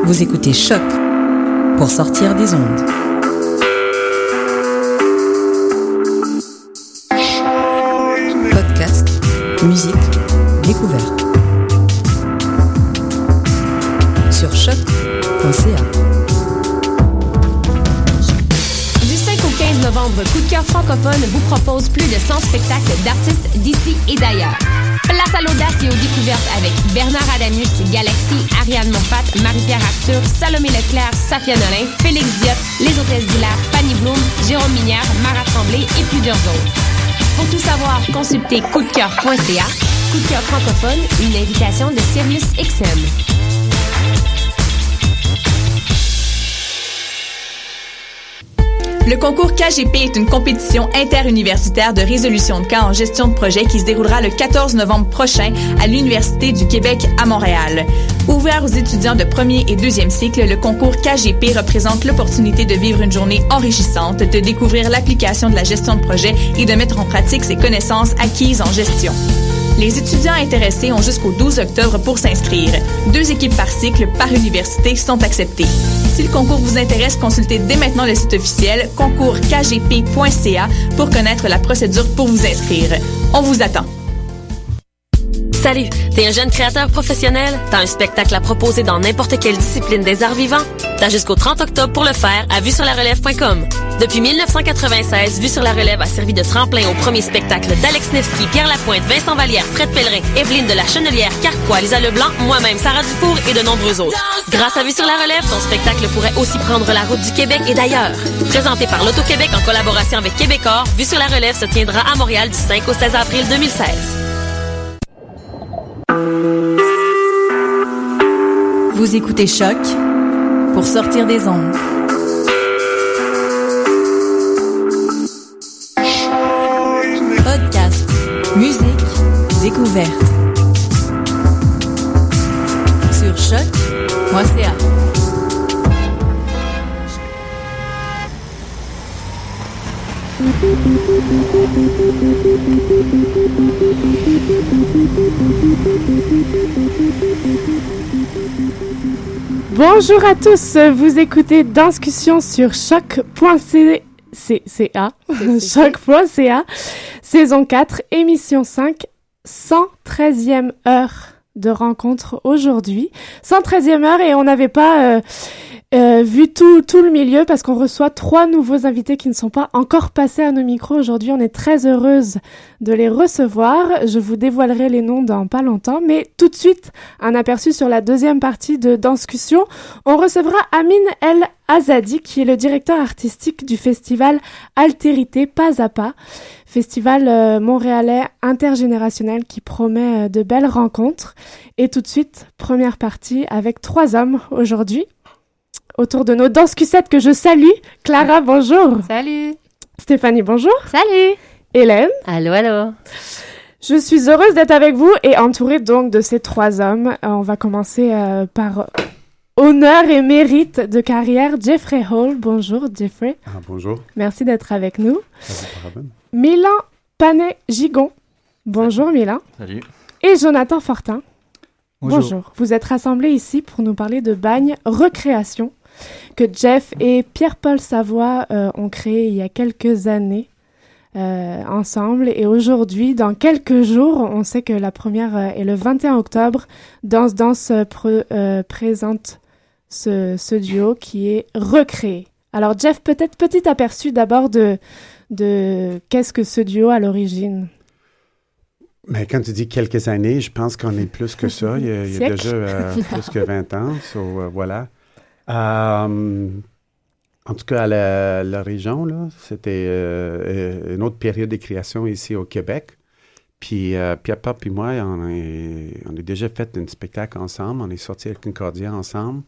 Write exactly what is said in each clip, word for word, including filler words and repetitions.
Vous écoutez Choc pour sortir des ondes. Podcast, musique, découverte. Sur choc point c a. Du cinq au quinze novembre, Coup de cœur francophone vous propose plus de cent spectacles d'artistes d'ici et d'ailleurs. Place à l'audace et aux découvertes avec Bernard Adamus, Galaxy, Ariane Moffat, Marie-Pierre Arthur, Salomé Leclerc, Safia Nolin, Félix Diop, Les Hôtesses d'Hilaire, Fanny Bloom, Jérôme Minière, Mara Tremblay et plusieurs autres. Pour tout savoir, consultez coup de cœur point c a. Coup de cœur francophone, une invitation de Sirius X M. Le concours K G P est une compétition interuniversitaire de résolution de cas en gestion de projet qui se déroulera le quatorze novembre prochain à l'Université du Québec à Montréal. Ouvert aux étudiants de premier et deuxième cycle, le concours K G P représente l'opportunité de vivre une journée enrichissante, de découvrir l'application de la gestion de projet et de mettre en pratique ses connaissances acquises en gestion. Les étudiants intéressés ont jusqu'au douze octobre pour s'inscrire. Deux équipes par cycle, par université, sont acceptées. Si le concours vous intéresse, consultez dès maintenant le site officiel concours k g p point c a pour connaître la procédure pour vous inscrire. On vous attend. Salut, t'es un jeune créateur professionnel? T'as un spectacle à proposer dans n'importe quelle discipline des arts vivants? T'as jusqu'au trente octobre pour le faire à vue sur la relève point com. Depuis dix-neuf cent quatre-vingt-seize, Vue sur la relève a servi de tremplin au premier spectacle d'Alex Nevsky, Pierre Lapointe, Vincent Vallière, Fred Pellerin, Evelyne de la Chenelière, Carquois, Lisa Leblanc, moi-même, Sarah Dufour et de nombreux autres. Grâce à Vue sur la relève, ton spectacle pourrait aussi prendre la route du Québec et d'ailleurs. Présenté par l'Auto-Québec en collaboration avec Québecor, Vue sur la relève se tiendra à Montréal du cinq au seize avril deux mille seize. Vous écoutez Choc pour sortir des ondes. Podcast, musique, découverte. Sur choc point c a. Bonjour à tous, vous écoutez Danscussion sur choc point c a, choc point c a, saison quatre, émission cinq, cent treizième heure de rencontre aujourd'hui. cent treizième heure et on n'avait pas euh, euh, vu tout, tout le milieu parce qu'on reçoit trois nouveaux invités qui ne sont pas encore passés à nos micros. Aujourd'hui, on est très heureuse de les recevoir. Je vous dévoilerai les noms dans pas longtemps, mais tout de suite, un aperçu sur la deuxième partie de Danscussion. On recevra Amin El Azadi, qui est le directeur artistique du festival Altérité Pas à Pas, festival euh, montréalais intergénérationnel qui promet euh, de belles rencontres. Et tout de suite, première partie avec trois hommes aujourd'hui, autour de nos danscussettes que je salue. Clara, bonjour. Salut. Stéphanie, bonjour. Salut. Hélène. Allô, allô. Je suis heureuse d'être avec vous et entourée donc de ces trois hommes. Euh, on va commencer euh, par honneur et mérite de carrière. Jeffrey Hall, bonjour Jeffrey. Ah, bonjour. Merci d'être avec nous. Salut. Milan Panet-Gigon, bonjour Salut. Milan. Salut. Et Jonathan Fortin. Bonjour. Bonjour. Vous êtes rassemblés ici pour nous parler de Bagne Recréation, que Jeff et Pierre-Paul Savoie euh, ont créé il y a quelques années euh, ensemble. Et aujourd'hui, dans quelques jours, on sait que la première euh, est le vingt et un octobre, Danse Danse euh, pre, euh, présente ce, ce duo qui est recréé. Alors Jeff, peut-être petit aperçu d'abord de, de qu'est-ce que ce duo à l'origine? Mais quand tu dis quelques années, je pense qu'on est plus que ça. Il y a, il y a déjà euh, plus que vingt ans. So, euh, voilà. Euh, en tout cas, à la, la région, là, c'était euh, une autre période de création ici au Québec. Puis euh, Pierre-Paul et moi, on a, on a déjà fait un spectacle ensemble. On est sortis avec Concordia ensemble.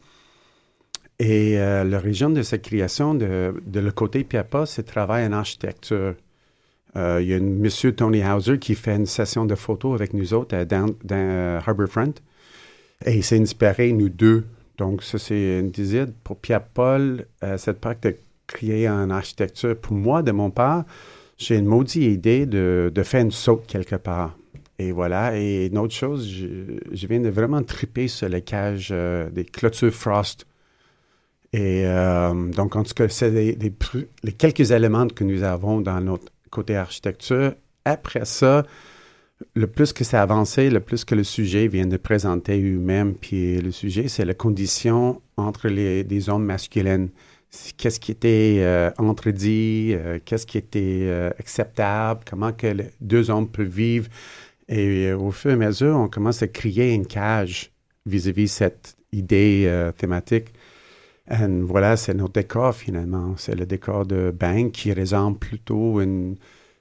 Et euh, l'origine de cette création, de, de le côté Pierre-Paul, c'est le travail en architecture. Euh, il y a un monsieur Tony Hauser qui fait une session de photos avec nous autres à down, dans uh, Harbourfront. Et il s'est inspiré, nous deux. Donc, ça, c'est une visite. Pour Pierre-Paul, euh, cette part de créer en architecture, pour moi, de mon part, j'ai une maudite idée de, de faire une saute quelque part. Et voilà. Et une autre chose, je, je viens de vraiment triper sur les cages euh, des clôtures Frost Et euh, donc, en tout cas, c'est les, les, les quelques éléments que nous avons dans notre côté architecture. Après ça, le plus que c'est avancé, le plus que le sujet vient de présenter lui-même. Puis le sujet, c'est la condition entre les, les hommes masculins. Qu'est-ce qui était euh, entredit, euh, qu'est-ce qui était euh, acceptable, comment que les deux hommes peuvent vivre. Et euh, au fur et à mesure, on commence à créer une cage vis-à-vis cette idée euh, thématique. Et voilà, c'est notre décor finalement. C'est le décor de Bang qui ressemble plutôt une...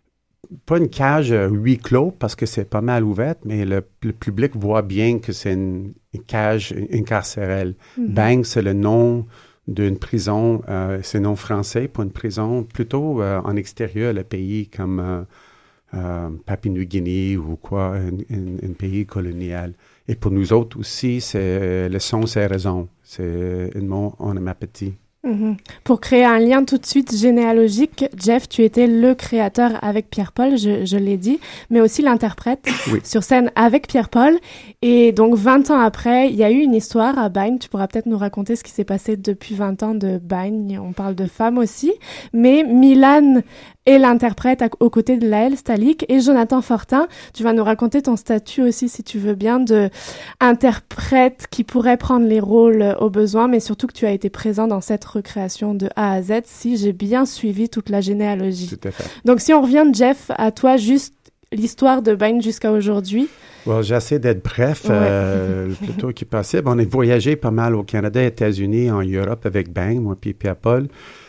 pas une cage euh, huis clos parce que c'est pas mal ouverte, mais le, le public voit bien que c'est une, une cage incarcérelle. Mm-hmm. Bang, c'est le nom d'une prison, euh, c'est un nom français pour une prison plutôt euh, en extérieur, le pays comme euh, euh, Papouasie-Nouvelle-Guinée ou quoi, un pays colonial. Et pour nous autres aussi, c'est le son, c'est raison. C'est un mot onomatopée. Mm-hmm. Pour créer un lien tout de suite généalogique, Jeff, tu étais le créateur avec Pierre-Paul, je, je l'ai dit, mais aussi l'interprète oui. sur scène avec Pierre-Paul. Et donc, vingt ans après, il y a eu une histoire à Bagne. Tu pourras peut-être nous raconter ce qui s'est passé depuis vingt ans de Bagne. On parle de femmes aussi. Mais Milan est l'interprète à, aux côtés de Laëlle Stalik et Jonathan Fortin. Tu vas nous raconter ton statut aussi, si tu veux bien, de interprète qui pourrait prendre les rôles au besoin, mais surtout que tu as été présent dans cette recréation de A à Z, si j'ai bien suivi toute la généalogie. Tout à fait. Donc, si on revient, Jeff, à toi, juste l'histoire de Bagne jusqu'à aujourd'hui. Well, j'essaie d'être bref, ouais. euh, le plus tôt qui possible. On a voyagé pas mal au Canada, aux États-Unis, en Europe avec Bang, moi puis Pierre-Paul.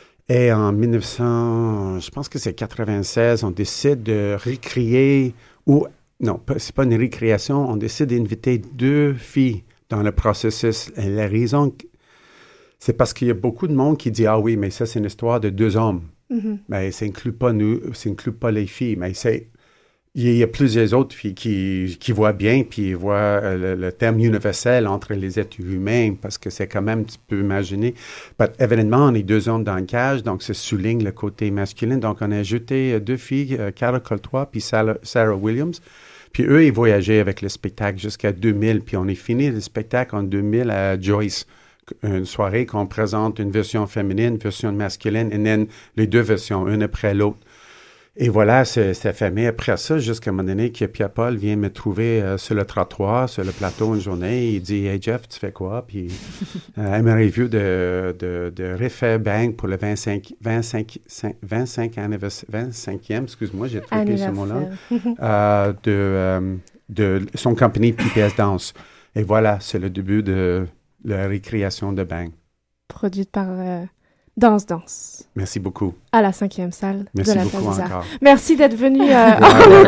Et en mille neuf cents, je pense que c'est quatre-vingt-seize, on décide de recréer, ou non, c'est pas une récréation, on décide d'inviter deux filles dans le processus. Et la raison, c'est parce qu'il y a beaucoup de monde qui dit « Ah oui, mais ça, c'est une histoire de deux hommes. Mm-hmm. » Mais ça inclut pas nous, ça inclut pas les filles. Mais c'est, il y a plusieurs autres filles qui, qui voient bien, puis ils voient le, le terme universel entre les êtres humains, parce que c'est quand même, tu peux imaginer. But, évidemment, on est deux hommes dans le cage, donc ça souligne le côté masculin. Donc, on a ajouté deux filles, Cara Coltois puis Sarah, Sarah Williams. Puis eux, ils voyageaient avec le spectacle jusqu'à deux mille. Puis on a fini le spectacle en deux mille à Joyce. Une soirée qu'on présente une version féminine, une version masculine, et then les deux versions, une après l'autre. Et voilà, c'est, c'est famille. Après ça, jusqu'à un moment donné, que Pierre-Paul vient me trouver euh, sur le trottoir, sur le plateau une journée. Il dit « Hey Jeff, tu fais quoi? » Puis euh, elle m'a revu de, de, de refaire Bang pour le vingt-cinq, vingt-cinq, vingt-cinq anniversaire, vingt-cinquième, excuse-moi, j'ai trompé ce mot-là, euh, de, euh, de son compagnie P P S Dance. Et voilà, c'est le début de la récréation de Bang. Produite par... Euh... Danse, danse. Merci beaucoup. À la cinquième salle Merci de la beaucoup Place encore. Merci d'être venu euh, en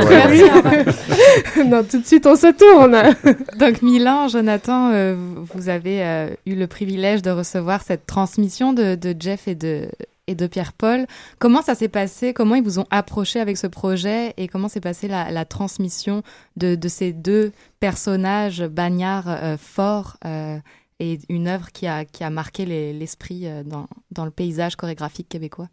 entrevue. Non, tout de suite, on se tourne. Donc, Milan, Jonathan, euh, vous avez euh, eu le privilège de recevoir cette transmission de, de Jeff et de, et de Pierre-Paul. Comment ça s'est passé? Comment ils vous ont approché avec ce projet? Et comment s'est passée la, la transmission de, de ces deux personnages bagnards euh, forts euh, et une œuvre qui a, qui a marqué les, l'esprit dans, dans le paysage chorégraphique québécois?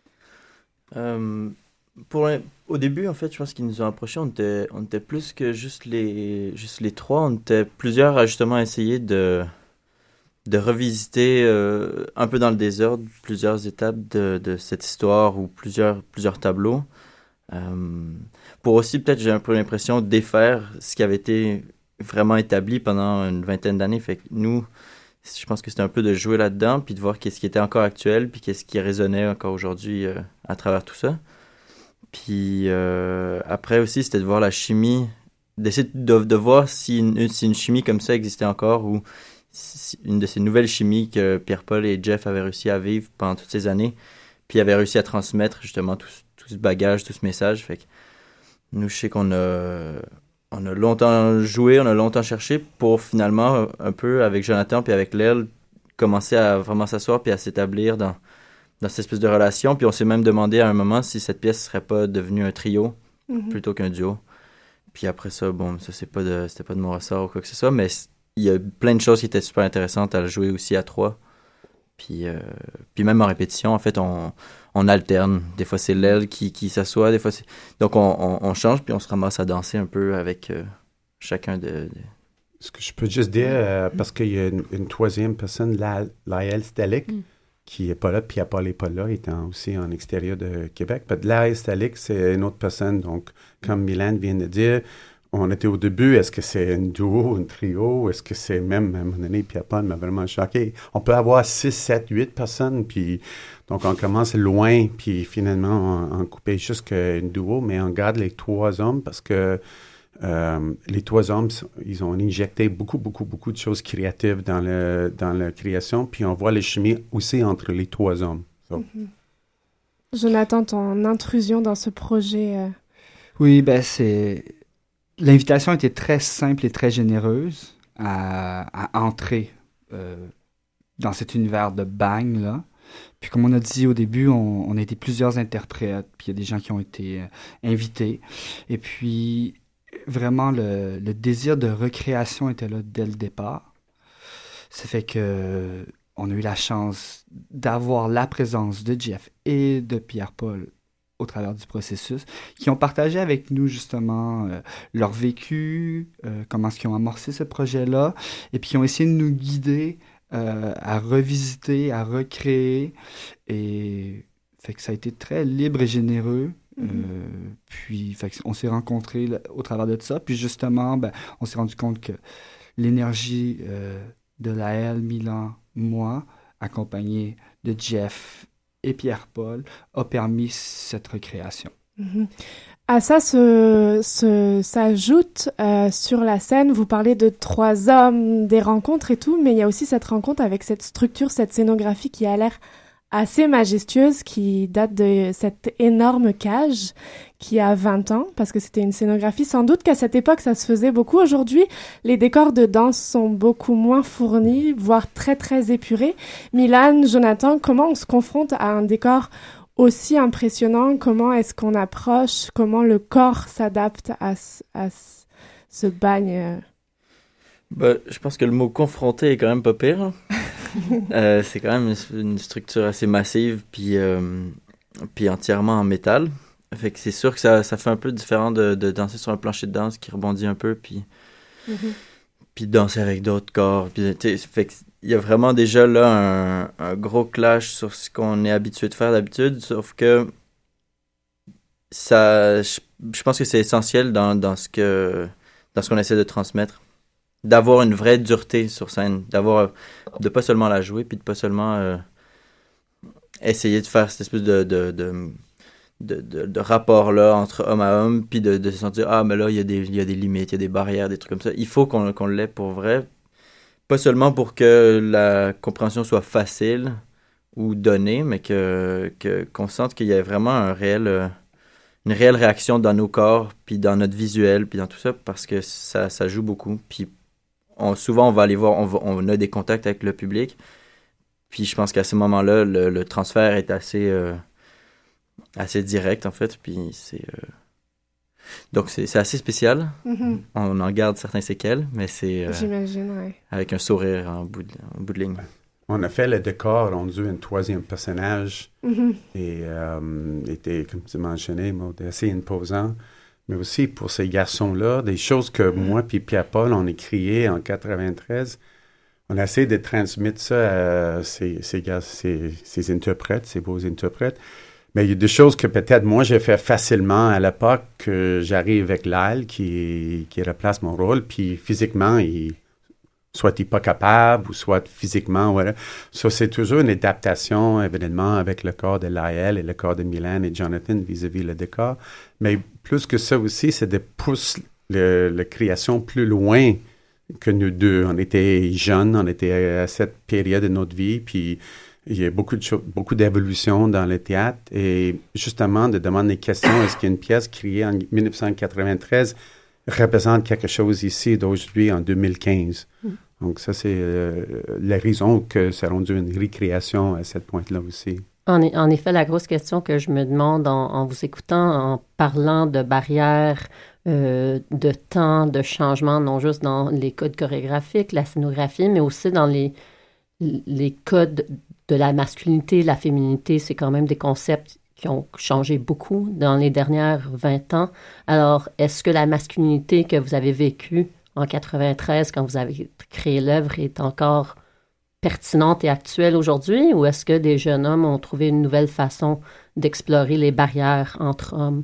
Euh, pour un, au début, en fait, je pense qu'ils nous ont approchés. On était, on était plus que juste les, juste les trois. On était plusieurs à justement essayer de, de revisiter euh, un peu dans le désordre plusieurs étapes de, de cette histoire ou plusieurs, plusieurs tableaux. Euh, pour aussi, peut-être, j'ai un peu l'impression de défaire ce qui avait été vraiment établi pendant une vingtaine d'années. Fait que nous, je pense que c'était un peu de jouer là-dedans, puis de voir qu'est-ce qui était encore actuel, puis qu'est-ce qui résonnait encore aujourd'hui euh, à travers tout ça. Puis euh, après aussi, c'était de voir la chimie, d'essayer de, de voir si une, si une chimie comme ça existait encore, ou si une de ces nouvelles chimies que Pierre-Paul et Jeff avaient réussi à vivre pendant toutes ces années, puis avaient réussi à transmettre justement tout, tout ce bagage, tout ce message. Fait que nous, je sais qu'on a... On a longtemps joué, on a longtemps cherché pour finalement, un peu avec Jonathan puis avec Laëlle, commencer à vraiment s'asseoir puis à s'établir dans, dans cette espèce de relation. Puis on s'est même demandé à un moment si cette pièce serait pas devenue un trio mm-hmm. plutôt qu'un duo. Puis après ça, bon, ça c'est pas de, c'était pas de mon ressort ou quoi que ce soit, mais il y a plein de choses qui étaient super intéressantes à le jouer aussi à trois. Puis, euh, puis même en répétition, en fait, on, on alterne. Des fois, c'est Laëlle qui, qui s'assoit, des fois, c'est... Donc, on, on, on change, puis on se ramasse à danser un peu avec euh, chacun de, de... Ce que je peux juste dire, euh, parce qu'il y a une, une troisième personne, la, Laëlle Stalik, mm. qui n'est pas là, puis Pierre-Paul n'est pas là, étant aussi en extérieur de Québec. Mais Larry Stalick, c'est une autre personne. Donc, comme Mylène vient de dire, on était au début, est-ce que c'est un duo, un trio, est-ce que c'est même, à un moment donné, Pierre-Paul m'a vraiment choqué. On peut avoir six, sept, huit personnes, puis donc on commence loin, puis finalement, on, on coupait juste qu'un duo, mais on garde les trois hommes parce que euh, les trois hommes, ils ont injecté beaucoup, beaucoup, beaucoup de choses créatives dans, le, dans la création, puis on voit les chimies aussi entre les trois hommes. So. Mm-hmm. Jonathan, ton intrusion dans ce projet... Euh... Oui, ben c'est... L'invitation était très simple et très généreuse à, à entrer euh, dans cet univers de bang, là. Puis comme on a dit au début, on, on a été plusieurs interprètes, puis il y a des gens qui ont été euh, invités. Et puis, vraiment, le, le désir de recréation était là dès le départ. Ça fait que on a eu la chance d'avoir la présence de Jeff et de Pierre-Paul au travers du processus, qui ont partagé avec nous justement euh, leur vécu, euh, comment est-ce qu'ils ont amorcé ce projet-là, et puis qui ont essayé de nous guider euh, à revisiter, à recréer, et fait que ça a été très libre et généreux. Mm-hmm. Euh, puis fait que on s'est rencontrés là, au travers de ça, puis justement, ben, on s'est rendu compte que l'énergie euh, de Laëlle, Milan, moi, accompagné de Jeff et Pierre-Paul, a permis cette recréation. Mm-hmm. À ça se, se, s'ajoute euh, sur la scène, vous parlez de trois hommes, des rencontres et tout, mais il y a aussi cette rencontre avec cette structure, cette scénographie qui a l'air assez majestueuse, qui date de cette énorme cage qui a vingt ans, parce que c'était une scénographie. Sans doute qu'à cette époque, ça se faisait beaucoup. Aujourd'hui, les décors de danse sont beaucoup moins fournis, voire très, très épurés. Mylène, Jonathan, comment on se confronte à un décor aussi impressionnant? Comment est-ce qu'on approche? Comment le corps s'adapte à, à ce bagne? Ben, je pense que le mot « confronter » est quand même pas pire. euh, c'est quand même une, une structure assez massive, puis, euh, puis entièrement en métal. Fait que c'est sûr que ça, ça fait un peu différent de, de danser sur un plancher de danse qui rebondit un peu, puis, mm-hmm. puis danser avec d'autres corps. Puis, fait qu'il y a vraiment déjà là un, un gros clash sur ce qu'on est habitué de faire d'habitude, sauf que ça, je, je pense que c'est essentiel dans, dans ce que, dans ce qu'on essaie de transmettre. D'avoir une vraie dureté sur scène, d'avoir, de pas seulement la jouer, puis de pas seulement euh, essayer de faire cette espèce de, de, de, de, de, de rapport-là entre homme à homme, puis de, de se sentir, ah, mais là, il y a des, il y a des limites, il y a des barrières, des trucs comme ça. Il faut qu'on, qu'on l'ait pour vrai, pas seulement pour que la compréhension soit facile ou donnée, mais que, que, qu'on sente qu'il y a vraiment un réel... Euh, une réelle réaction dans nos corps, puis dans notre visuel, puis dans tout ça, parce que ça, ça joue beaucoup, puis On, souvent, on va aller voir, on, va, on a des contacts avec le public. Puis je pense qu'à ce moment-là, le, le transfert est assez, euh, assez direct, en fait. Puis c'est... Euh... Donc, c'est, c'est assez spécial. Mm-hmm. On en garde certains séquelles, mais c'est... Euh, J'imagine, oui. Avec un sourire en bout de, en bout de ligne. On a fait le décor, on a dû un troisième personnage. Mm-hmm. Et euh, était, comme tu mentionnais, assez imposant. Mais aussi pour ces garçons-là, des choses que moi puis Pierre-Paul, on a créées en quatre-vingt-treize, on a essayé de transmettre ça à ces, ces, gars, ces, ces interprètes, ces beaux interprètes. Mais il y a des choses que peut-être moi j'ai fait facilement à l'époque, que j'arrive avec Lyle qui, qui replace mon rôle, puis physiquement, il, soit il n'est pas capable, ou soit physiquement, voilà. Ça, c'est toujours une adaptation, évidemment, avec le corps de Laëlle et le corps de Mylène et Jonathan vis-à-vis le décor. Mais plus que ça aussi, c'est de pousser le, la création plus loin que nous deux. On était jeunes, on était à cette période de notre vie, puis il y a beaucoup de choses, beaucoup d'évolution dans le théâtre. Et justement, de demander des questions, est-ce qu'une pièce créée en dix-neuf cent quatre-vingt-treize représente quelque chose ici d'aujourd'hui en deux mille quinze? Mm. Donc ça, c'est euh, la raison que ça a rendu une récréation à cette pointe-là aussi. En, en effet, la grosse question que je me demande en, en vous écoutant, en parlant de barrières, euh, de temps, de changement, non juste dans les codes chorégraphiques, la scénographie, mais aussi dans les, les codes de la masculinité, la féminité, c'est quand même des concepts qui ont changé beaucoup dans les dernières vingt ans. Alors, est-ce que la masculinité que vous avez vécue en quatre-vingt-treize, quand vous avez créé l'œuvre, est encore pertinente et actuelle aujourd'hui, ou est-ce que des jeunes hommes ont trouvé une nouvelle façon d'explorer les barrières entre hommes?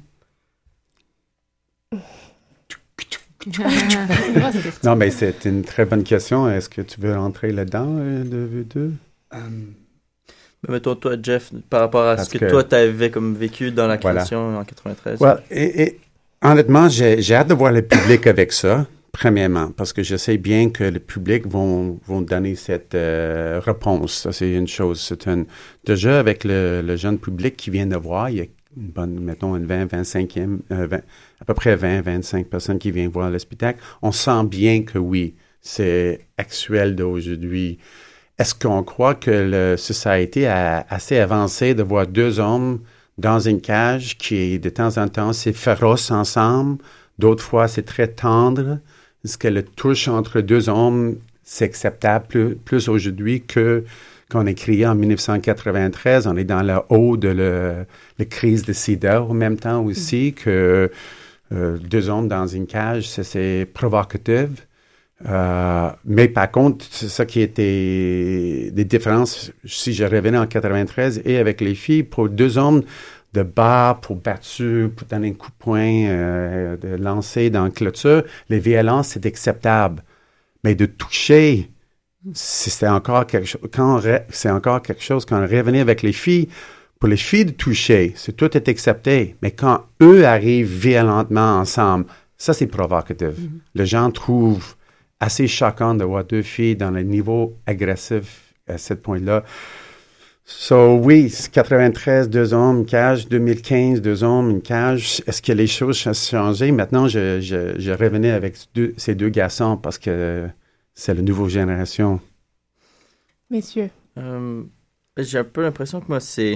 Non, mais c'est une très bonne question. Est-ce que tu veux rentrer là-dedans, euh, de vous deux? Um, ben, mettons, toi, Jeff, par rapport à Parce ce que, que toi, tu avais comme vécu dans la création voilà. en quatre-vingt-treize. Well, et, et, honnêtement, j'ai, j'ai hâte de voir le public avec ça, premièrement, parce que je sais bien que le public vont, vont donner cette euh, réponse. Ça, c'est une chose. C'est un, déjà, avec le, le jeune public qui vient de voir, il y a une bonne, mettons, une vingt, vingt-cinquième, euh, vingt, à peu près vingt, vingt-cinq personnes qui viennent voir le spectacle. On sent bien que oui, c'est actuel d'aujourd'hui. Est-ce qu'on croit que la société a assez avancé de voir deux hommes dans une cage qui, de temps en temps, c'est féroce ensemble, d'autres fois, c'est très tendre? Est-ce que le touche entre deux hommes, c'est acceptable plus, plus aujourd'hui que qu'on a créé en dix-neuf cent quatre-vingt-treize? On est dans le haut de le, la crise de sida en même temps aussi, mmh. que euh, deux hommes dans une cage, ça, c'est provocatif. Euh, mais par contre, c'est ça qui était des différences, si je revenais en quatre-vingt-treize et avec les filles, pour deux hommes de bar, pour battu, pour donner un coup de poing, euh, de lancer dans la clôture, les violences, c'est acceptable. Mais de toucher, c'est encore quelque chose, quand re, c'est encore quelque chose, quand on revenait avec les filles, pour les filles de toucher, c'est tout est accepté. Mais quand eux arrivent violentement ensemble, ça, c'est provocatif. Mm-hmm. Les gens trouvent assez choquant de voir deux filles dans le niveau agressif à ce point-là. So, oui, quatre-vingt-treize, deux hommes, une cage. deux mille quinze, deux hommes, une cage. Est-ce que les choses ont changé? Maintenant, je, je, je revenais avec deux, ces deux garçons parce que c'est la nouvelle génération. Messieurs. Euh, j'ai un peu l'impression que moi, c'est...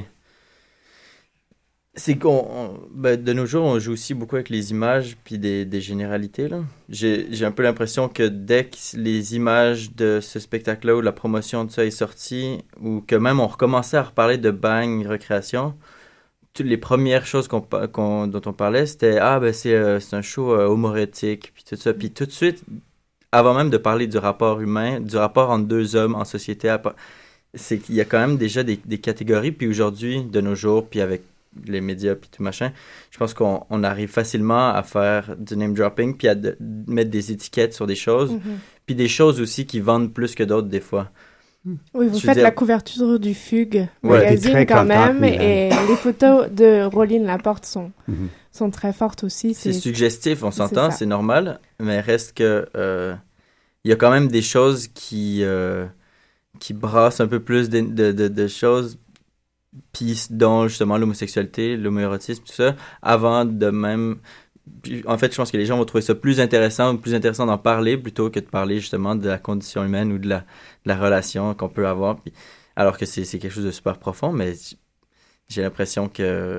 C'est qu'on, on, ben de nos jours, on joue aussi beaucoup avec les images puis des, des généralités, là. J'ai, j'ai un peu l'impression que dès que les images de ce spectacle-là ou la promotion de ça est sortie, ou que même on recommençait à reparler de Bang Recréation, toutes les premières choses qu'on, qu'on, dont on parlait, c'était « Ah, ben c'est, euh, c'est un show euh, homoérotique », puis tout ça. Puis tout de suite, avant même de parler du rapport humain, du rapport entre deux hommes en société, c'est qu'il y a quand même déjà des, des catégories. Puis aujourd'hui, de nos jours, puis avec les médias puis tout machin, je pense qu'on on arrive facilement à faire du name dropping puis à de, mettre des étiquettes sur des choses, mm-hmm. puis des choses aussi qui vendent plus que d'autres des fois. Oui, vous je faites dire... la couverture du Fugue ouais, magazine quand même, et les photos de Roline Laporte sont, mm-hmm. sont très fortes aussi. C'est, c'est suggestif, on s'entend, c'est, c'est normal, mais reste que euh, il y a quand même des choses qui euh, qui brassent un peu plus de, de, de, de choses, puis dont justement l'homosexualité, l'homoérotisme, tout ça, avant de même... Puis, en fait, je pense que les gens vont trouver ça plus intéressant, plus intéressant d'en parler plutôt que de parler justement de la condition humaine ou de la, de la relation qu'on peut avoir. Puis, alors que c'est, c'est quelque chose de super profond, mais j'ai l'impression que...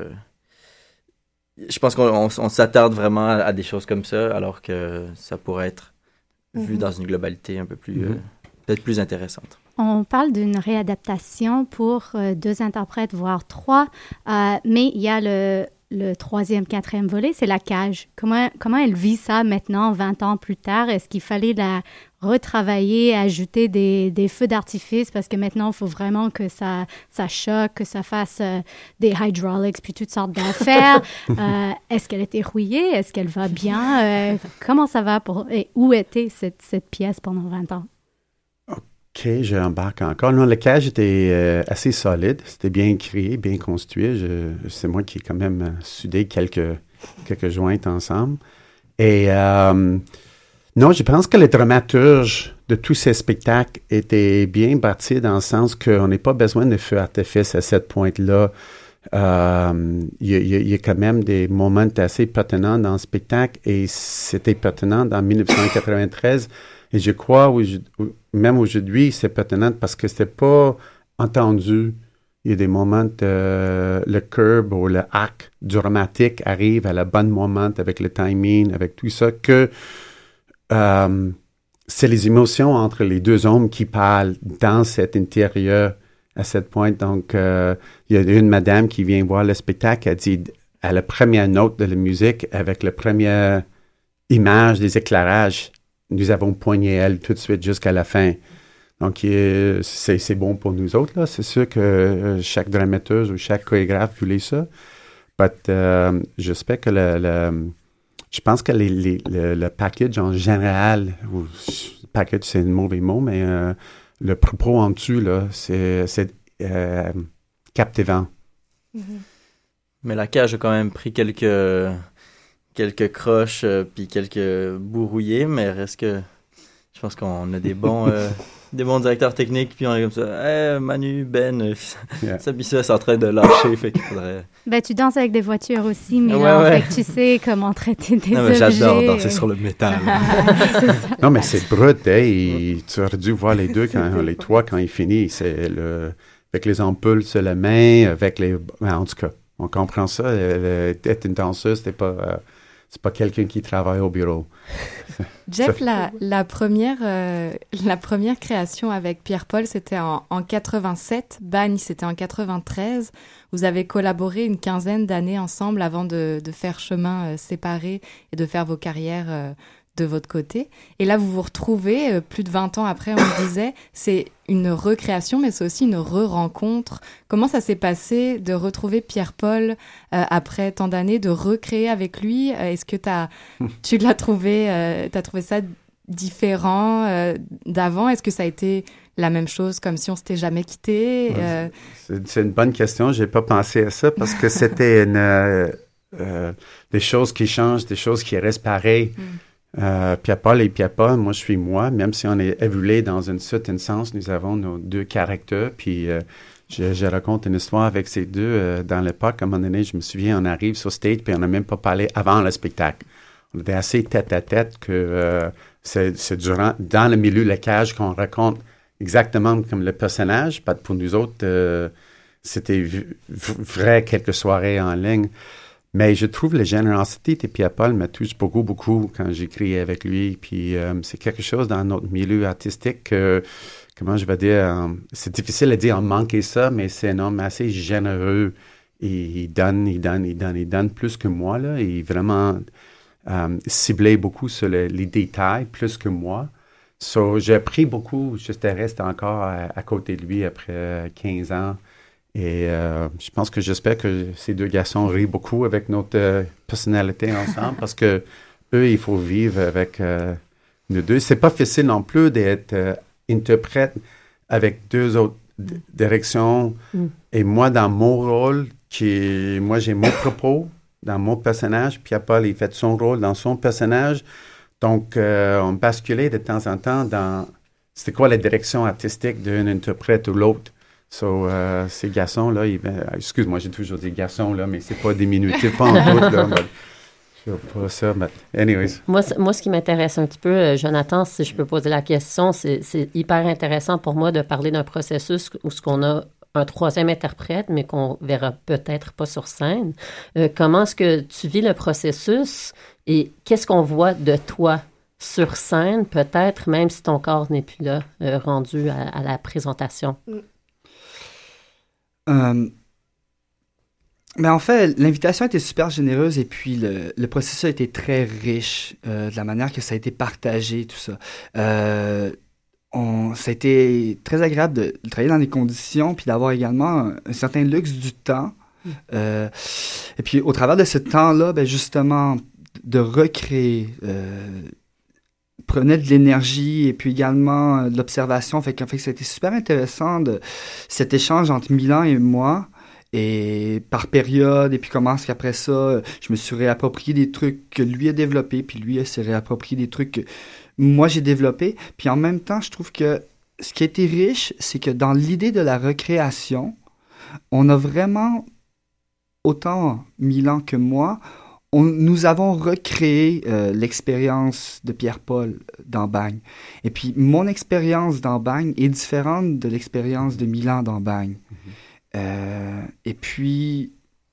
Je pense qu'on on, on s'attarde vraiment à, à des choses comme ça, alors que ça pourrait être vu mm-hmm. dans une globalité un peu plus... Mm-hmm. Euh, peut-être plus intéressante. On parle d'une réadaptation pour euh, deux interprètes, voire trois, euh, mais il y a le, le troisième, quatrième volet, c'est la cage. Comment, comment elle vit ça maintenant, vingt ans plus tard? Est-ce qu'il fallait la retravailler, ajouter des, des feux d'artifice? Parce que maintenant, il faut vraiment que ça, ça choque, que ça fasse euh, des hydraulics, puis toutes sortes d'affaires. euh, est-ce qu'elle était rouillée? Est-ce qu'elle va bien? Euh, comment ça va? Pour, et où était cette, cette pièce pendant vingt ans? OK, j'embarque encore. Non, le cage était euh, assez solide. C'était bien créé, bien construit. Je, c'est moi qui ai quand même euh, soudé quelques, quelques jointes ensemble. Et euh, non, je pense que le dramaturge de tous ces spectacles était bien bâti dans le sens qu'on n'a pas besoin de feu d'artifice à cette pointe-là. Euh, il y, y, y a quand même des moments assez pertinents dans le spectacle et c'était pertinent dans dix-neuf cent quatre-vingt-treize. Et je crois, même aujourd'hui, c'est pertinent parce que c'était pas entendu. Il y a des moments, de, le curb ou le hack dramatique arrive à le bon moment avec le timing, avec tout ça, que euh, c'est les émotions entre les deux hommes qui parlent dans cet intérieur à cette pointe. Donc, euh, il y a une madame qui vient voir le spectacle, elle dit à la première note de la musique, avec la première image des éclairages, nous avons poigné elle tout de suite jusqu'à la fin. Donc, il, c'est, c'est bon pour nous autres, là. C'est sûr que euh, chaque dramaturge ou chaque chorégraphe voulait ça. Mais euh, j'espère que le, le... Je pense que les, les, le, le package en général, ou package c'est un mauvais mot, mais euh, le propos en dessus, là, c'est, c'est euh, captivant. Mm-hmm. Mais la cage a quand même pris quelques, quelques croches euh, puis quelques bourrouillés, mais reste que je pense qu'on a des bons, euh, des bons directeurs techniques, puis on est comme ça, hey, Manu, Ben, euh, yeah. Sabissa c'est en train de lâcher, fait qu'il faudrait... Ben, tu danses avec des voitures aussi, mais ouais, là, ouais. fait que tu sais comment traiter des non, mais objets. J'adore danser sur le métal. c'est non, mais c'est brut, hein, et tu aurais dû voir les deux, quand, les trois, quand ils finissent. C'est le, avec les ampoules sur la main, avec les... En tout cas, on comprend ça. Être une danseuse, c'est pas... Euh, c'est pas quelqu'un qui travaille au bureau. Jeff, la, la, première, euh, la première création avec Pierre-Paul, c'était en, en quatre-vingt-sept. Bagne, c'était en quatre-vingt-treize. Vous avez collaboré une quinzaine d'années ensemble avant de, de faire chemin euh, séparés et de faire vos carrières euh, de votre côté. Et là, vous vous retrouvez, euh, plus de vingt ans après, on le disait, c'est une recréation, mais c'est aussi une re-rencontre. Comment ça s'est passé de retrouver Pierre-Paul euh, après tant d'années, de recréer avec lui? euh, Est-ce que t'as, tu l'as trouvé, euh, t'as trouvé ça différent euh, d'avant? Est-ce que ça a été la même chose, comme si on s'était jamais quitté? euh... c'est, c'est une bonne question. J'ai pas pensé à ça parce que c'était une, euh, euh, des choses qui changent, des choses qui restent pareilles. Mm. Euh, Pierre-Paul et Pierre-Paul, moi je suis moi, même si on est évolué dans une certaine sens, nous avons nos deux caractères, puis euh, je, je raconte une histoire avec ces deux euh, dans l'époque. À un moment donné, je me souviens, on arrive sur stage, puis on n'a même pas parlé avant le spectacle. On était assez tête-à-tête que euh, c'est, c'est durant, dans le milieu de la cage qu'on raconte exactement comme le personnage. Pour nous autres, euh, c'était v- vrai quelques soirées en ligne. Mais je trouve la générosité de Pierre-Paul me touche beaucoup, beaucoup quand j'écris avec lui. Puis euh, c'est quelque chose dans notre milieu artistique que, comment je vais dire, euh, c'est difficile à dire, on manquait ça, mais c'est un homme assez généreux. Et il donne, il donne, il donne, il donne plus que moi, là. Il est vraiment euh, ciblé beaucoup sur le, les détails, plus que moi. So, j'ai appris beaucoup, je reste encore à, à côté de lui après quinze ans. Et euh, je pense que j'espère que ces deux garçons rient beaucoup avec notre euh, personnalité ensemble parce que eux, il faut vivre avec euh, nous deux. C'est pas facile non plus d'être euh, interprète avec deux autres d- directions. Mm. Et moi, dans mon rôle, qui, moi, j'ai mon propos dans mon personnage. Pierre-Paul, il fait son rôle dans son personnage. Donc, euh, on basculait de temps en temps dans c'était quoi la direction artistique d'un interprète ou l'autre. So, euh, ces garçons-là, ils, euh, excuse-moi, j'ai toujours dit garçons, là, mais c'est pas diminutif, pas en doute, là. Mais, je sais pas ça, mais anyways. Moi, moi, ce qui m'intéresse un petit peu, Jonathan, si je peux poser la question, c'est, c'est hyper intéressant pour moi de parler d'un processus où ce qu'on a un troisième interprète, mais qu'on verra peut-être pas sur scène. Euh, comment est-ce que tu vis le processus et qu'est-ce qu'on voit de toi sur scène, peut-être, même si ton corps n'est plus là, euh, rendu à, à la présentation? Mm. Euh, mais en fait, l'invitation était super généreuse et puis le, le processus a été très riche euh, de la manière que ça a été partagé, tout ça. Euh, on, ça a été très agréable de, de travailler dans des conditions puis d'avoir également un, un certain luxe du temps. Mm. Euh, et puis au travers de ce temps-là, ben justement, de recréer... Euh, prenait de l'énergie et puis également euh, de l'observation. Fait qu'en fait, ça a été super intéressant de cet échange entre Milan et moi et par période. Et puis comment est-ce qu'après ça, je me suis réapproprié des trucs que lui a développés puis lui s'est réapproprié des trucs que moi j'ai développés. Puis en même temps, je trouve que ce qui a été riche, c'est que dans l'idée de la recréation, on a vraiment, autant Milan que moi, On, nous avons recréé euh, l'expérience de Pierre-Paul dans Bagne. Et puis, mon expérience dans Bagne est différente de l'expérience de Milan dans Bagne. Mm-hmm. Euh, et puis,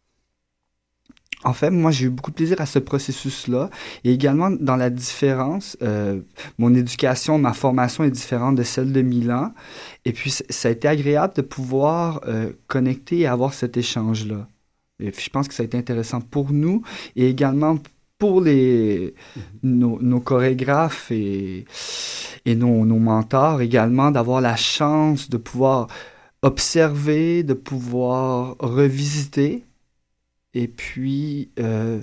en fait, moi, j'ai eu beaucoup de plaisir à ce processus-là. Et également, dans la différence, euh, mon éducation, ma formation est différente de celle de Milan. Et puis, ça a été agréable de pouvoir euh, connecter et avoir cet échange-là. Et je pense que ça a été intéressant pour nous et également pour les, mm-hmm. nos, nos chorégraphes et, et nos, nos mentors également, d'avoir la chance de pouvoir observer, de pouvoir revisiter. Et puis, euh,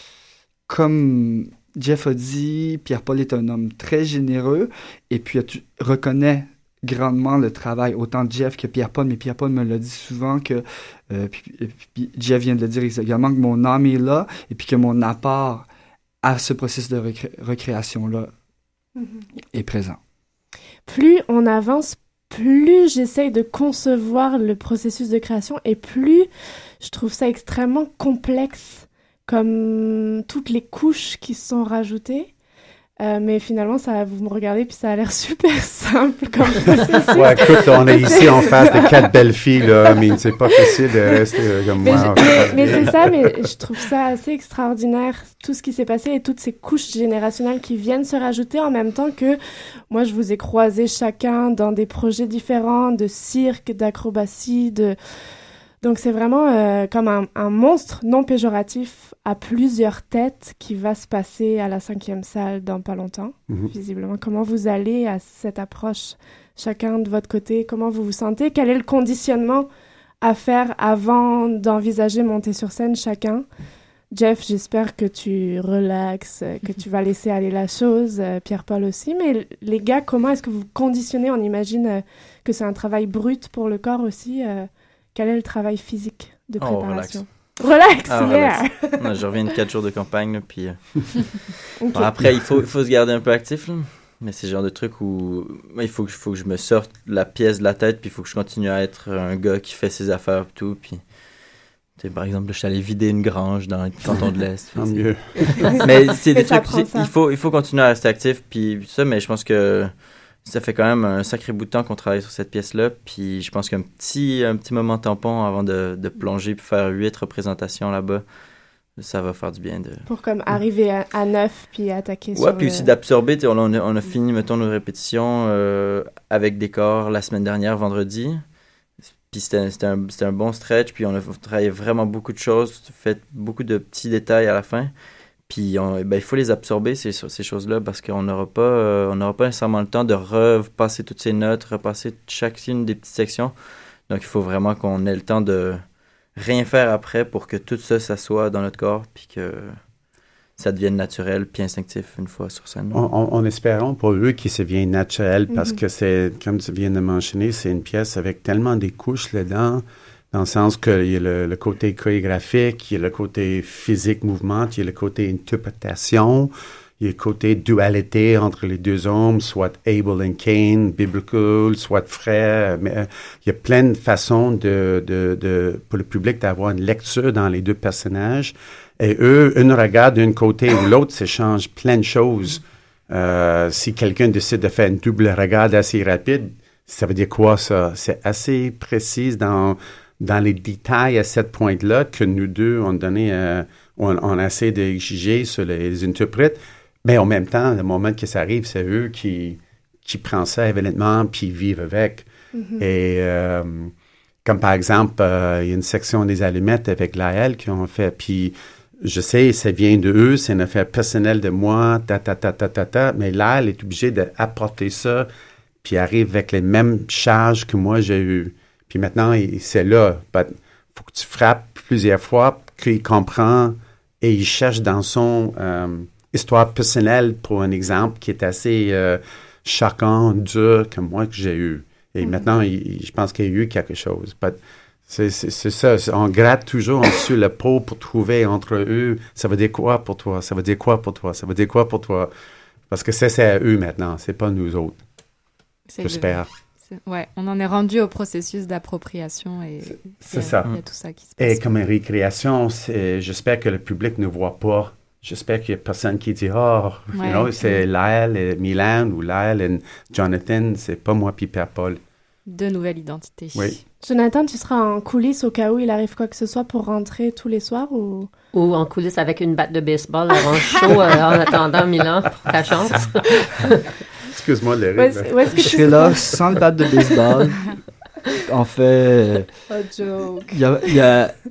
comme Jeff a dit, Pierre-Paul est un homme très généreux et puis tu reconnaît grandement le travail, autant de Jeff que Pierre-Paul, mais Pierre-Paul me l'a dit souvent que, euh, puis, puis Jeff vient de le dire également, que mon âme est là et puis que mon apport à ce processus de recré- recréation-là mm-hmm. est présent. Plus on avance, plus j'essaye de concevoir le processus de création et plus je trouve ça extrêmement complexe, comme toutes les couches qui se sont rajoutées. Euh, mais finalement, ça, vous me regardez, puis ça a l'air super simple comme processus. Ouais, écoute, on est ici en face de quatre belles filles, là, mais c'est pas facile de rester comme mais moi. Je, mais, mais c'est ça, mais je trouve ça assez extraordinaire, tout ce qui s'est passé et toutes ces couches générationnelles qui viennent se rajouter en même temps que moi, je vous ai croisés chacun dans des projets différents, de cirque, d'acrobatie, de... Donc, c'est vraiment euh, comme un, un monstre non péjoratif à plusieurs têtes qui va se passer à la cinquième salle dans pas longtemps, mm-hmm. visiblement. Comment vous allez à cette approche, chacun de votre côté? Comment vous vous sentez? Quel est le conditionnement à faire avant d'envisager monter sur scène chacun? Jeff, j'espère que tu relaxes, que tu vas laisser aller la chose. Euh, Pierre-Paul aussi. Mais les gars, comment est-ce que vous conditionnez? On imagine euh, que c'est un travail brut pour le corps aussi. Euh, Quel est le travail physique de préparation? Oh, relax. Relax, ah, yeah! Relax. Non, je reviens de quatre jours de campagne, là, puis... Euh... okay. Bon, après, il faut, il faut se garder un peu actif, là. Mais c'est le genre de truc où il faut que, faut que je me sorte la pièce de la tête, puis il faut que je continue à être un gars qui fait ses affaires et tout, puis... Par exemple, je suis allé vider une grange dans le canton de l'Est. Tant mieux. Mais c'est des trucs... C'est, il, faut, il faut continuer à rester actif, puis ça, mais je pense que... Ça fait quand même un sacré bout de temps qu'on travaille sur cette pièce-là, puis je pense qu'un petit, un petit moment tampon avant de, de plonger puis faire huit représentations là-bas, ça va faire du bien. De... Pour comme arriver à, à neuf puis attaquer ouais, sur Ouais, puis le... aussi d'absorber. On a, on a fini, mettons, nos répétitions euh, avec des corps la semaine dernière, vendredi. Puis c'était, c'était, un, c'était un bon stretch, puis on a travaillé vraiment beaucoup de choses, fait beaucoup de petits détails à la fin. Puis on, ben, il faut les absorber, ces, ces choses-là, parce qu'on n'aura pas, euh, on n'aura pas nécessairement le temps de repasser toutes ces notes, repasser chacune des petites sections. Donc, il faut vraiment qu'on ait le temps de rien faire après pour que tout ça s'assoie dans notre corps, puis que ça devienne naturel puis instinctif une fois sur scène. On, on, on espérons pour eux qu'il se vienne naturel, parce mm-hmm. que c'est, comme tu viens de mentionner, c'est une pièce avec tellement des couches là-dedans, dans le sens qu'il y a le, le côté chorégraphique, il y a le côté physique, mouvement, il y a le côté interprétation, il y a le côté dualité entre les deux hommes, soit Abel et Cain, biblical, soit frère. Mais euh, il y a plein de façons de, de, de, pour le public d'avoir une lecture dans les deux personnages. Et eux, une regarde d'un côté ou l'autre, ça change plein de choses. Euh, si quelqu'un décide de faire une double regard assez rapide, ça veut dire quoi ça? C'est assez précis dans... dans les détails à cette pointe-là que nous deux, on, donné, euh, on, on a essayé d'exiger sur les, les interprètes. Mais en même temps, le moment que ça arrive, c'est eux qui, qui prennent ça évidemment puis vivent avec. Mm-hmm. Et euh, comme par exemple, euh, il y a une section des allumettes avec Laëlle qui ont fait, puis je sais, ça vient de eux, c'est une affaire personnelle de moi, ta, ta, ta, ta, ta, ta, mais Laëlle est obligée d'apporter ça, puis arrive avec les mêmes charges que moi j'ai eues. Puis maintenant, il, c'est là. Il faut que tu frappes plusieurs fois, qu'il comprend et il cherche dans son euh, histoire personnelle, pour un exemple, qui est assez euh, choquant, dur, que moi, que j'ai eu. Et mm-hmm. maintenant, il, je pense qu'il y a eu quelque chose. But c'est, c'est, c'est ça. On gratte toujours en dessous le pot pour trouver entre eux, ça veut dire quoi pour toi? Ça veut dire quoi pour toi? Ça veut dire quoi pour toi? Parce que ça, c'est à eux maintenant. C'est pas nous autres. C'est J'espère. C'est, ouais, on en est rendu au processus d'appropriation et c'est, c'est ça. Il y a tout ça qui se passe. Et comme une récréation, c'est, j'espère que le public ne voit pas. J'espère qu'il n'y a personne qui dit « Oh, ouais, you know, c'est Laëlle et Milan ou Laëlle et Jonathan, c'est pas moi puis Pierre-Paul. » De nouvelles identités. Oui. Jonathan, tu seras en coulisses au cas où il arrive quoi que ce soit pour rentrer tous les soirs ou... Ou en coulisses avec une batte de baseball avant le show euh, en attendant Milan pour ta chance. Excuse-moi, Larry. Ouais, ouais, je serai là sans le bat de baseball. En fait, oh, joke. Il y a, y a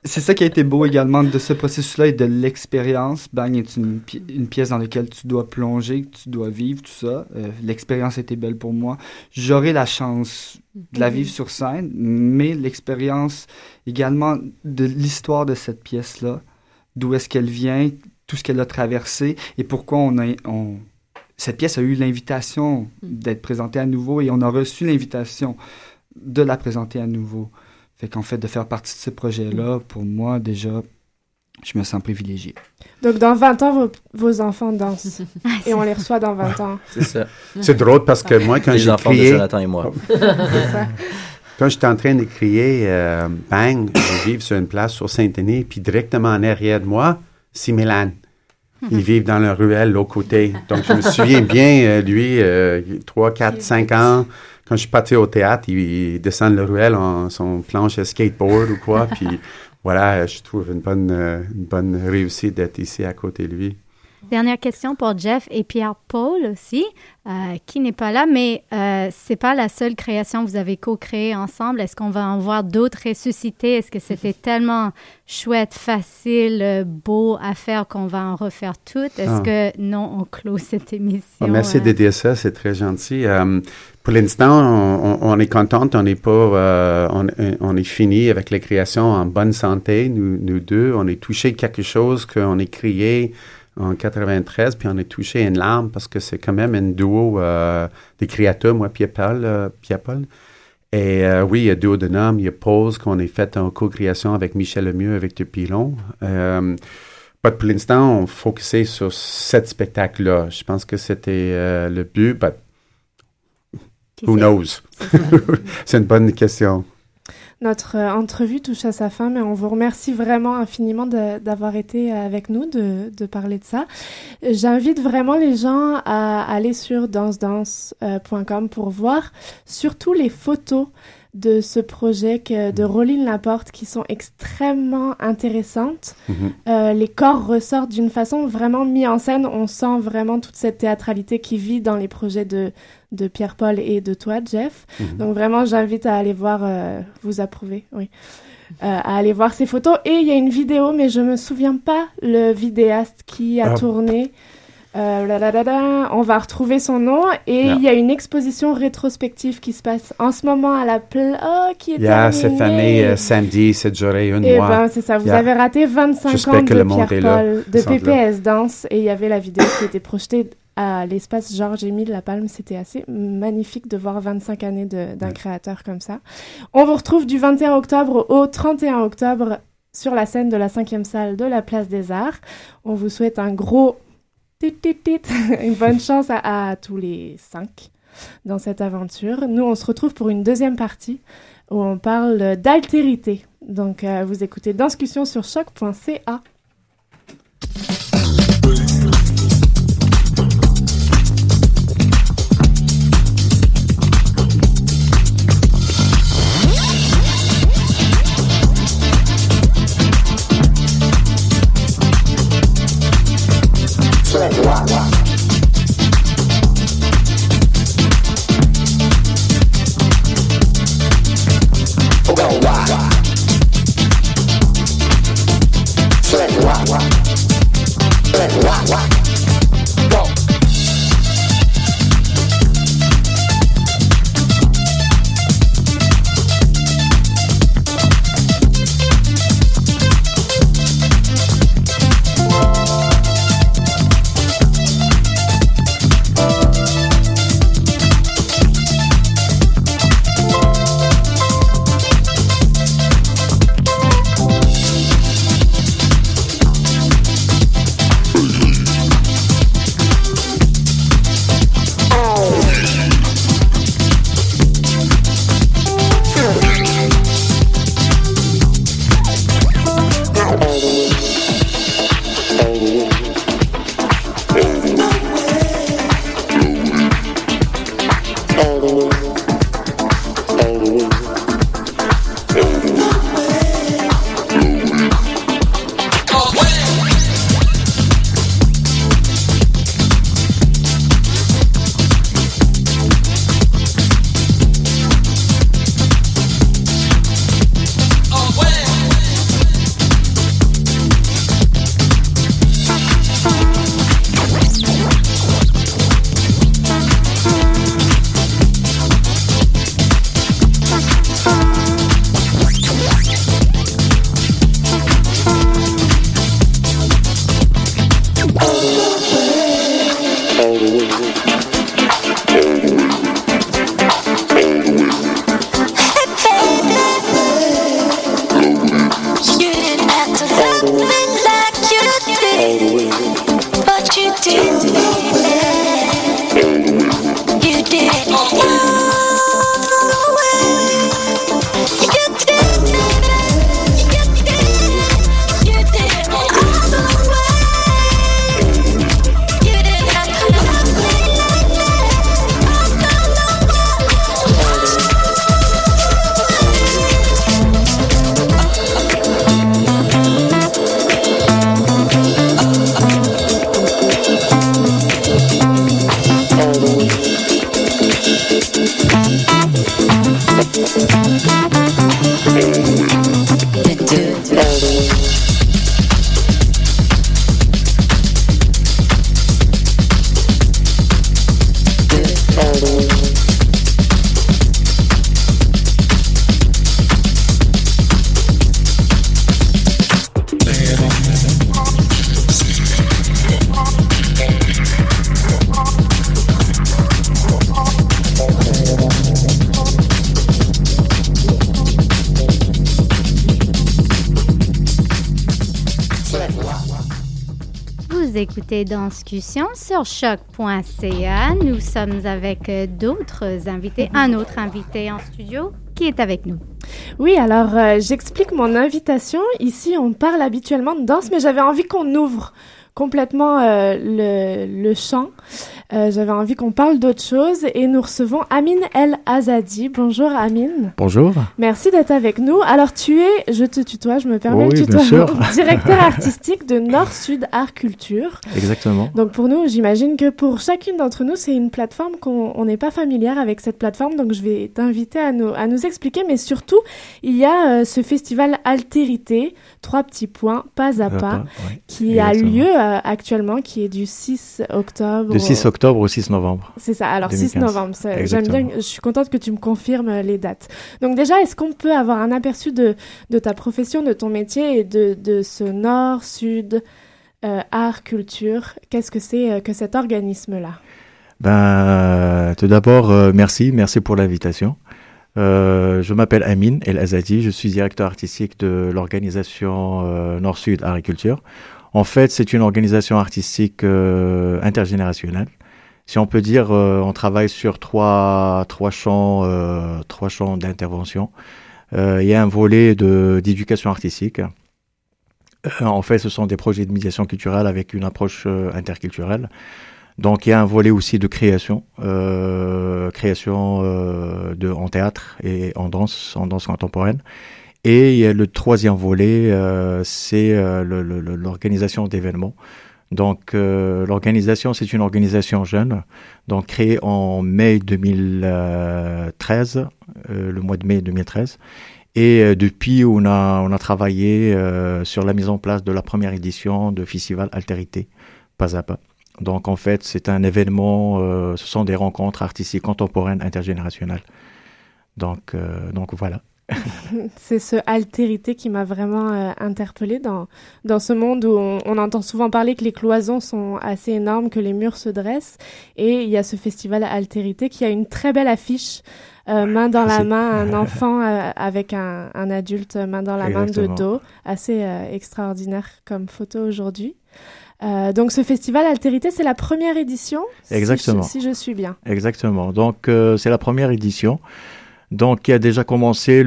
c'est ça qui a été beau également de ce processus-là et de l'expérience. Bang est une, pi- une pièce dans laquelle tu dois plonger, que tu dois vivre, tout ça. Euh, l'expérience était belle pour moi. J'aurai la chance de la vivre sur scène, mais l'expérience également de l'histoire de cette pièce-là, d'où est-ce qu'elle vient, tout ce qu'elle a traversé et pourquoi on a... On, cette pièce a eu l'invitation d'être présentée à nouveau et on a reçu l'invitation de la présenter à nouveau. Fait qu'en fait, de faire partie de ce projet-là, pour moi, déjà, je me sens privilégié. Donc, dans vingt ans, vos, vos enfants dansent. Et on les reçoit dans vingt ans. C'est ça. C'est drôle parce que moi, quand Les j'ai enfants crié... de Jonathan et moi. C'est ça. Quand j'étais en train de crier euh, « Bang », je vis sur une place sur Saint-Denis, puis directement en arrière de moi, c'est Milan. Ils vivent dans la ruelle, l'autre côté. Donc, je me souviens bien, euh, lui, trois, quatre, cinq ans, quand je suis parti au théâtre, il, il descend la ruelle en son planche à skateboard ou quoi. Puis voilà, je trouve une bonne, euh, une bonne réussite d'être ici à côté de lui. Dernière question pour Jeff et Pierre-Paul aussi, euh, qui n'est pas là, mais euh, c'est pas la seule création que vous avez co-créée ensemble. Est-ce qu'on va en voir d'autres ressuscités? Est-ce que c'était tellement chouette, facile, euh, beau à faire qu'on va en refaire toutes? Est-ce ah. que non, on clôt cette émission? Oh, merci euh... de dire ça, c'est très gentil. Euh, pour l'instant, on, on, on est contente, on n'est pas, euh, on, on est fini avec les créations en bonne santé, nous, nous deux. On est touché quelque chose qu'on a créé en quatre-vingt-treize, puis on a touché une larme parce que c'est quand même un duo euh, des créateurs, moi, Pierre-Paul. Euh, Pierre-Paul. Et euh, oui, il y a Duo de Nom, il y a Pause qu'on a fait en co-création avec Michel Lemieux, avec Depuis Long. Euh, pour l'instant, on focusait sur cet spectacle-là. Je pense que c'était euh, le but, but who knows? C'est une bonne question. Notre euh, entrevue touche à sa fin, mais on vous remercie vraiment infiniment de, d'avoir été avec nous, de, de parler de ça. J'invite vraiment les gens à aller sur danse danse point com pour voir surtout les photos de ce projet que, de Roline Laporte qui sont extrêmement intéressantes. Mm-hmm. Euh, les corps ressortent d'une façon vraiment mise en scène. On sent vraiment toute cette théâtralité qui vit dans les projets de, de Pierre-Paul et de toi, Jeff. Mm-hmm. Donc vraiment, j'invite à aller voir, euh, vous approuvez, oui, euh, à aller voir ces photos. Et il y a une vidéo, mais je me souviens pas le vidéaste qui a ah. tourné. Euh, là, là, là, là, on va retrouver son nom et il yeah. y a une exposition rétrospective qui se passe en ce moment à la place oh, qui est yeah, terminée. Cette année, euh, samedi, ça durait une et mois. Ben, c'est ça, vous yeah. avez raté vingt-cinq J'espère ans que de le monde Pierre-Paul, de P P S là. Danse et il y avait la vidéo qui était projetée à l'espace Georges-Émile Lapalme. C'était assez magnifique de voir vingt-cinq années de, d'un ouais. créateur comme ça. On vous retrouve du vingt et un octobre au trente et un octobre sur la scène de la cinquième salle de la Place des Arts. On vous souhaite un gros une bonne chance à, à tous les cinq dans cette aventure. Nous, on se retrouve pour une deuxième partie où on parle d'altérité. Donc, euh, vous écoutez Danscussion sur choc point c a. Écoutez Danscussion sur choc point c a. Nous sommes avec d'autres invités, un autre invité en studio qui est avec nous. Oui, alors euh, j'explique mon invitation. Ici, on parle habituellement de danse, mais j'avais envie qu'on ouvre complètement euh, le, le champ. Euh, j'avais envie qu'on parle d'autre chose et nous recevons Amine El Azadi. Bonjour Amine. Bonjour. Merci d'être avec nous. Alors tu es, je te tutoie, je me permets oui, le tutoiement, directeur artistique de Nord-Sud Art Culture. Exactement. Donc pour nous, j'imagine que pour chacune d'entre nous, c'est une plateforme qu'on n'est pas familière avec cette plateforme. Donc je vais t'inviter à nous, à nous expliquer. Mais surtout, il y a euh, ce festival Altérité, trois petits points, pas à pas, pas ouais. qui Exactement. a lieu euh, actuellement, qui est du six octobre. Du six octobre au six novembre. C'est ça, alors deux mille quinze. six novembre, ça, j'aime bien, je suis contente que tu me confirmes les dates. Donc déjà, est-ce qu'on peut avoir un aperçu de, de ta profession, de ton métier et de, de ce Nord, Sud, euh, Art, Culture? Qu'est-ce que c'est euh, que cet organisme-là? Ben, euh, tout d'abord, euh, merci, merci pour l'invitation. Euh, je m'appelle Amine El Azadi, je suis directeur artistique de l'organisation euh, Nord-Sud Art et Culture. En fait, c'est une organisation artistique euh, intergénérationnelle. Si on peut dire, euh, on travaille sur trois, trois champs, euh, trois champs d'intervention. Euh, il y a un volet de, d'éducation artistique. Euh, en fait, ce sont des projets de médiation culturelle avec une approche euh, interculturelle. Donc, il y a un volet aussi de création, euh, création euh, de, en théâtre et en danse, en danse contemporaine. Et il y a le troisième volet, euh, c'est euh, le, le, l'organisation d'événements. Donc, euh, l'organisation, c'est une organisation jeune, donc créée en mai deux mille treize, euh, le mois de mai deux mille treize. Et euh, depuis, on a, on a travaillé euh, sur la mise en place de la première édition de Festival Altérité, pas à pas. Donc, en fait, c'est un événement, euh, ce sont des rencontres artistiques contemporaines intergénérationnelles. Donc, euh, donc voilà. C'est ce altérité qui m'a vraiment euh, interpellée dans, dans ce monde où on, on entend souvent parler que les cloisons sont assez énormes, que les murs se dressent. Et il y a ce festival altérité qui a une très belle affiche, euh, main dans la main, un enfant euh, avec un, un adulte main dans la Exactement. main de dos. Assez euh, extraordinaire comme photo aujourd'hui. Euh, donc ce festival Altérité, c'est la première édition. Exactement. Si je, si je suis bien. Exactement. Donc euh, c'est la première édition. Donc, il a déjà commencé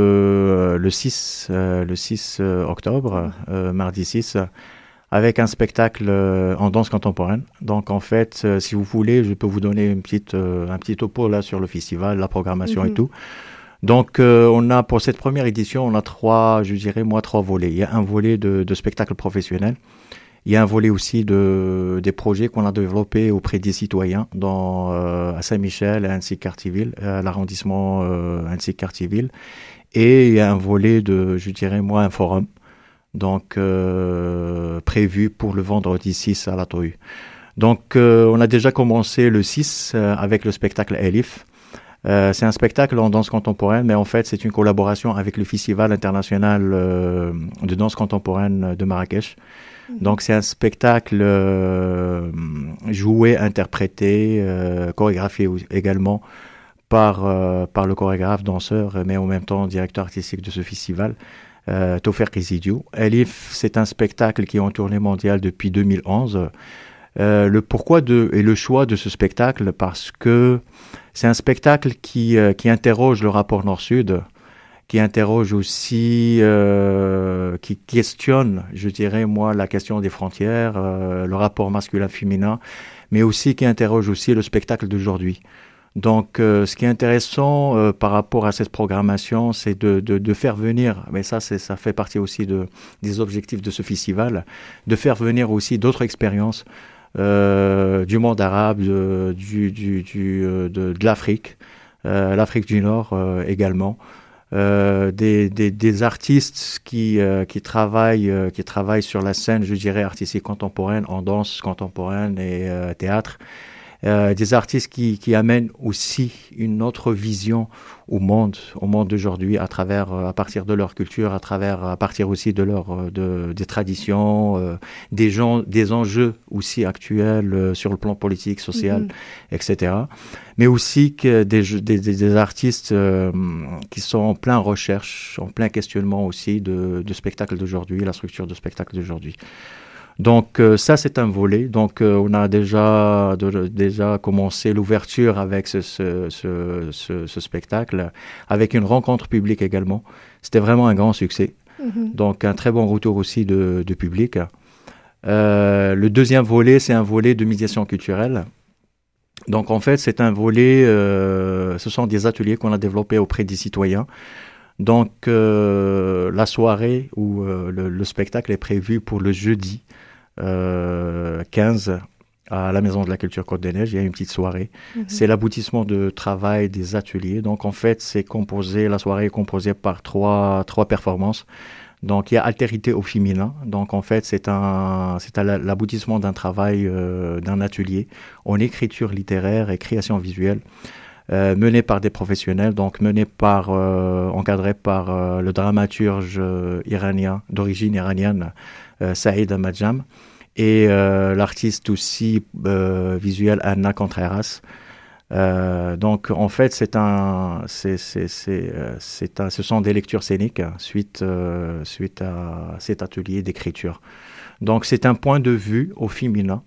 le, le six, euh, le six octobre, euh, mardi six, avec un spectacle euh, en danse contemporaine. Donc, en fait, euh, si vous voulez, je peux vous donner une petite, euh, un petit topo là sur le festival, la programmation mm-hmm. et tout. Donc, euh, on a, pour cette première édition, on a trois, je dirais, moi, trois volets. Il y a un volet de, de spectacle professionnel. Il y a un volet aussi de, des projets qu'on a développés auprès des citoyens dans, euh, à Saint-Michel, à Annecy-Cartierville, à l'arrondissement euh, Annecy-Cartierville. Et il y a un volet de, je dirais moi, un forum, donc euh, prévu pour le vendredi six à la Tohu. Donc euh, on a déjà commencé le six euh, avec le spectacle Elif. Euh, c'est un spectacle en danse contemporaine, mais en fait c'est une collaboration avec le Festival international euh, de danse contemporaine de Marrakech. Donc c'est un spectacle euh, joué, interprété, euh, chorégraphié également par, euh, par le chorégraphe, danseur, mais en même temps directeur artistique de ce festival, euh, Tofer Kisidiou. Elif, c'est un spectacle qui est en tournée mondiale depuis deux mille onze. Euh, le pourquoi de, et le choix de ce spectacle, parce que c'est un spectacle qui, euh, qui interroge le rapport Nord-Sud, qui interroge aussi, euh, qui questionne, je dirais moi, la question des frontières, euh, le rapport masculin-féminin, mais aussi qui interroge aussi le spectacle d'aujourd'hui. Donc, euh, ce qui est intéressant euh, par rapport à cette programmation, c'est de, de, de faire venir, mais ça, c'est, ça fait partie aussi de, des objectifs de ce festival, de faire venir aussi d'autres expériences euh, du monde arabe, de, du, du, du, de, de l'Afrique, euh, l'Afrique du Nord euh, également. Euh, des, des, des artistes qui, euh, qui, travaillent, euh, qui travaillent sur la scène, je dirais, artistique contemporaine, en danse contemporaine et euh, théâtre. Euh, des artistes qui, qui amènent aussi une autre vision au monde, au monde d'aujourd'hui, à travers, à partir de leur culture, à travers, à partir aussi de leur, de, des traditions, euh, des gens, des enjeux aussi actuels euh, sur le plan politique, social, mm-hmm. et cetera. Mais aussi que des, des, des artistes euh, qui sont en plein recherche, en plein questionnement aussi de, de spectacle d'aujourd'hui, la structure de spectacle d'aujourd'hui. Donc euh, ça, c'est un volet. Donc euh, on a déjà, de, déjà commencé l'ouverture avec ce, ce, ce, ce, ce spectacle, avec une rencontre publique également. C'était vraiment un grand succès. Mm-hmm. Donc un très bon retour aussi de, de public. Euh, le deuxième volet, c'est un volet de médiation culturelle. Donc en fait, c'est un volet, euh, ce sont des ateliers qu'on a développés auprès des citoyens. Donc euh, la soirée ou euh, le, le spectacle est prévu pour le jeudi Euh, quinze à la Maison de la Culture Côte-des-Neiges. Il y a une petite soirée. Mm-hmm. C'est l'aboutissement de travail des ateliers. Donc, en fait, c'est composé, la soirée est composée par trois, trois performances. Donc, il y a altérité au féminin. Donc, en fait, c'est un, c'est à l'aboutissement d'un travail, euh, d'un atelier en écriture littéraire et création visuelle. Euh, mené par des professionnels, donc mené par, euh, encadré par euh, le dramaturge euh, iranien, d'origine iranienne, euh, Saïd Ahmadjam, et euh, l'artiste aussi euh, visuel Anna Contreras. Euh, donc en fait, c'est un, c'est, c'est, c'est, euh, c'est un, ce sont des lectures scéniques suite, euh, suite à cet atelier d'écriture. Donc c'est un point de vue au féminin.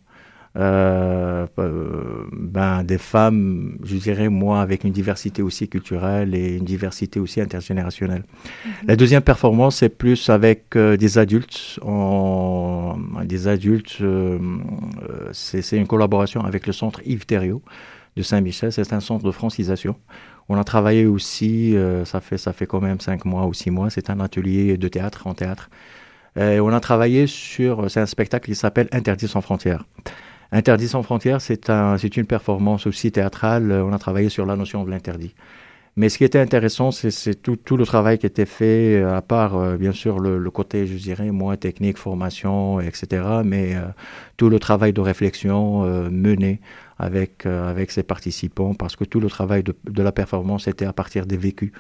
Euh, euh, ben, des femmes, je dirais moi, avec une diversité aussi culturelle et une diversité aussi intergénérationnelle. Mm-hmm. La deuxième performance, c'est plus avec euh, des adultes. En, des adultes, euh, c'est, c'est une collaboration avec le centre Yves Thériault de Saint-Michel. C'est un centre de francisation. On a travaillé aussi, euh, ça fait ça fait quand même cinq mois ou six mois. C'est un atelier de théâtre en théâtre. Et on a travaillé sur, c'est un spectacle qui s'appelle Interdit sans frontières. Interdit sans frontières, c'est, un, c'est une performance aussi théâtrale. On a travaillé sur la notion de l'interdit. Mais ce qui était intéressant, c'est, c'est tout, tout le travail qui était fait, à part, euh, bien sûr, le, le côté, je dirais, moins technique, formation, et cetera, mais euh, tout le travail de réflexion euh, mené avec, euh, avec ses participants, parce que tout le travail de, de la performance était à partir des vécus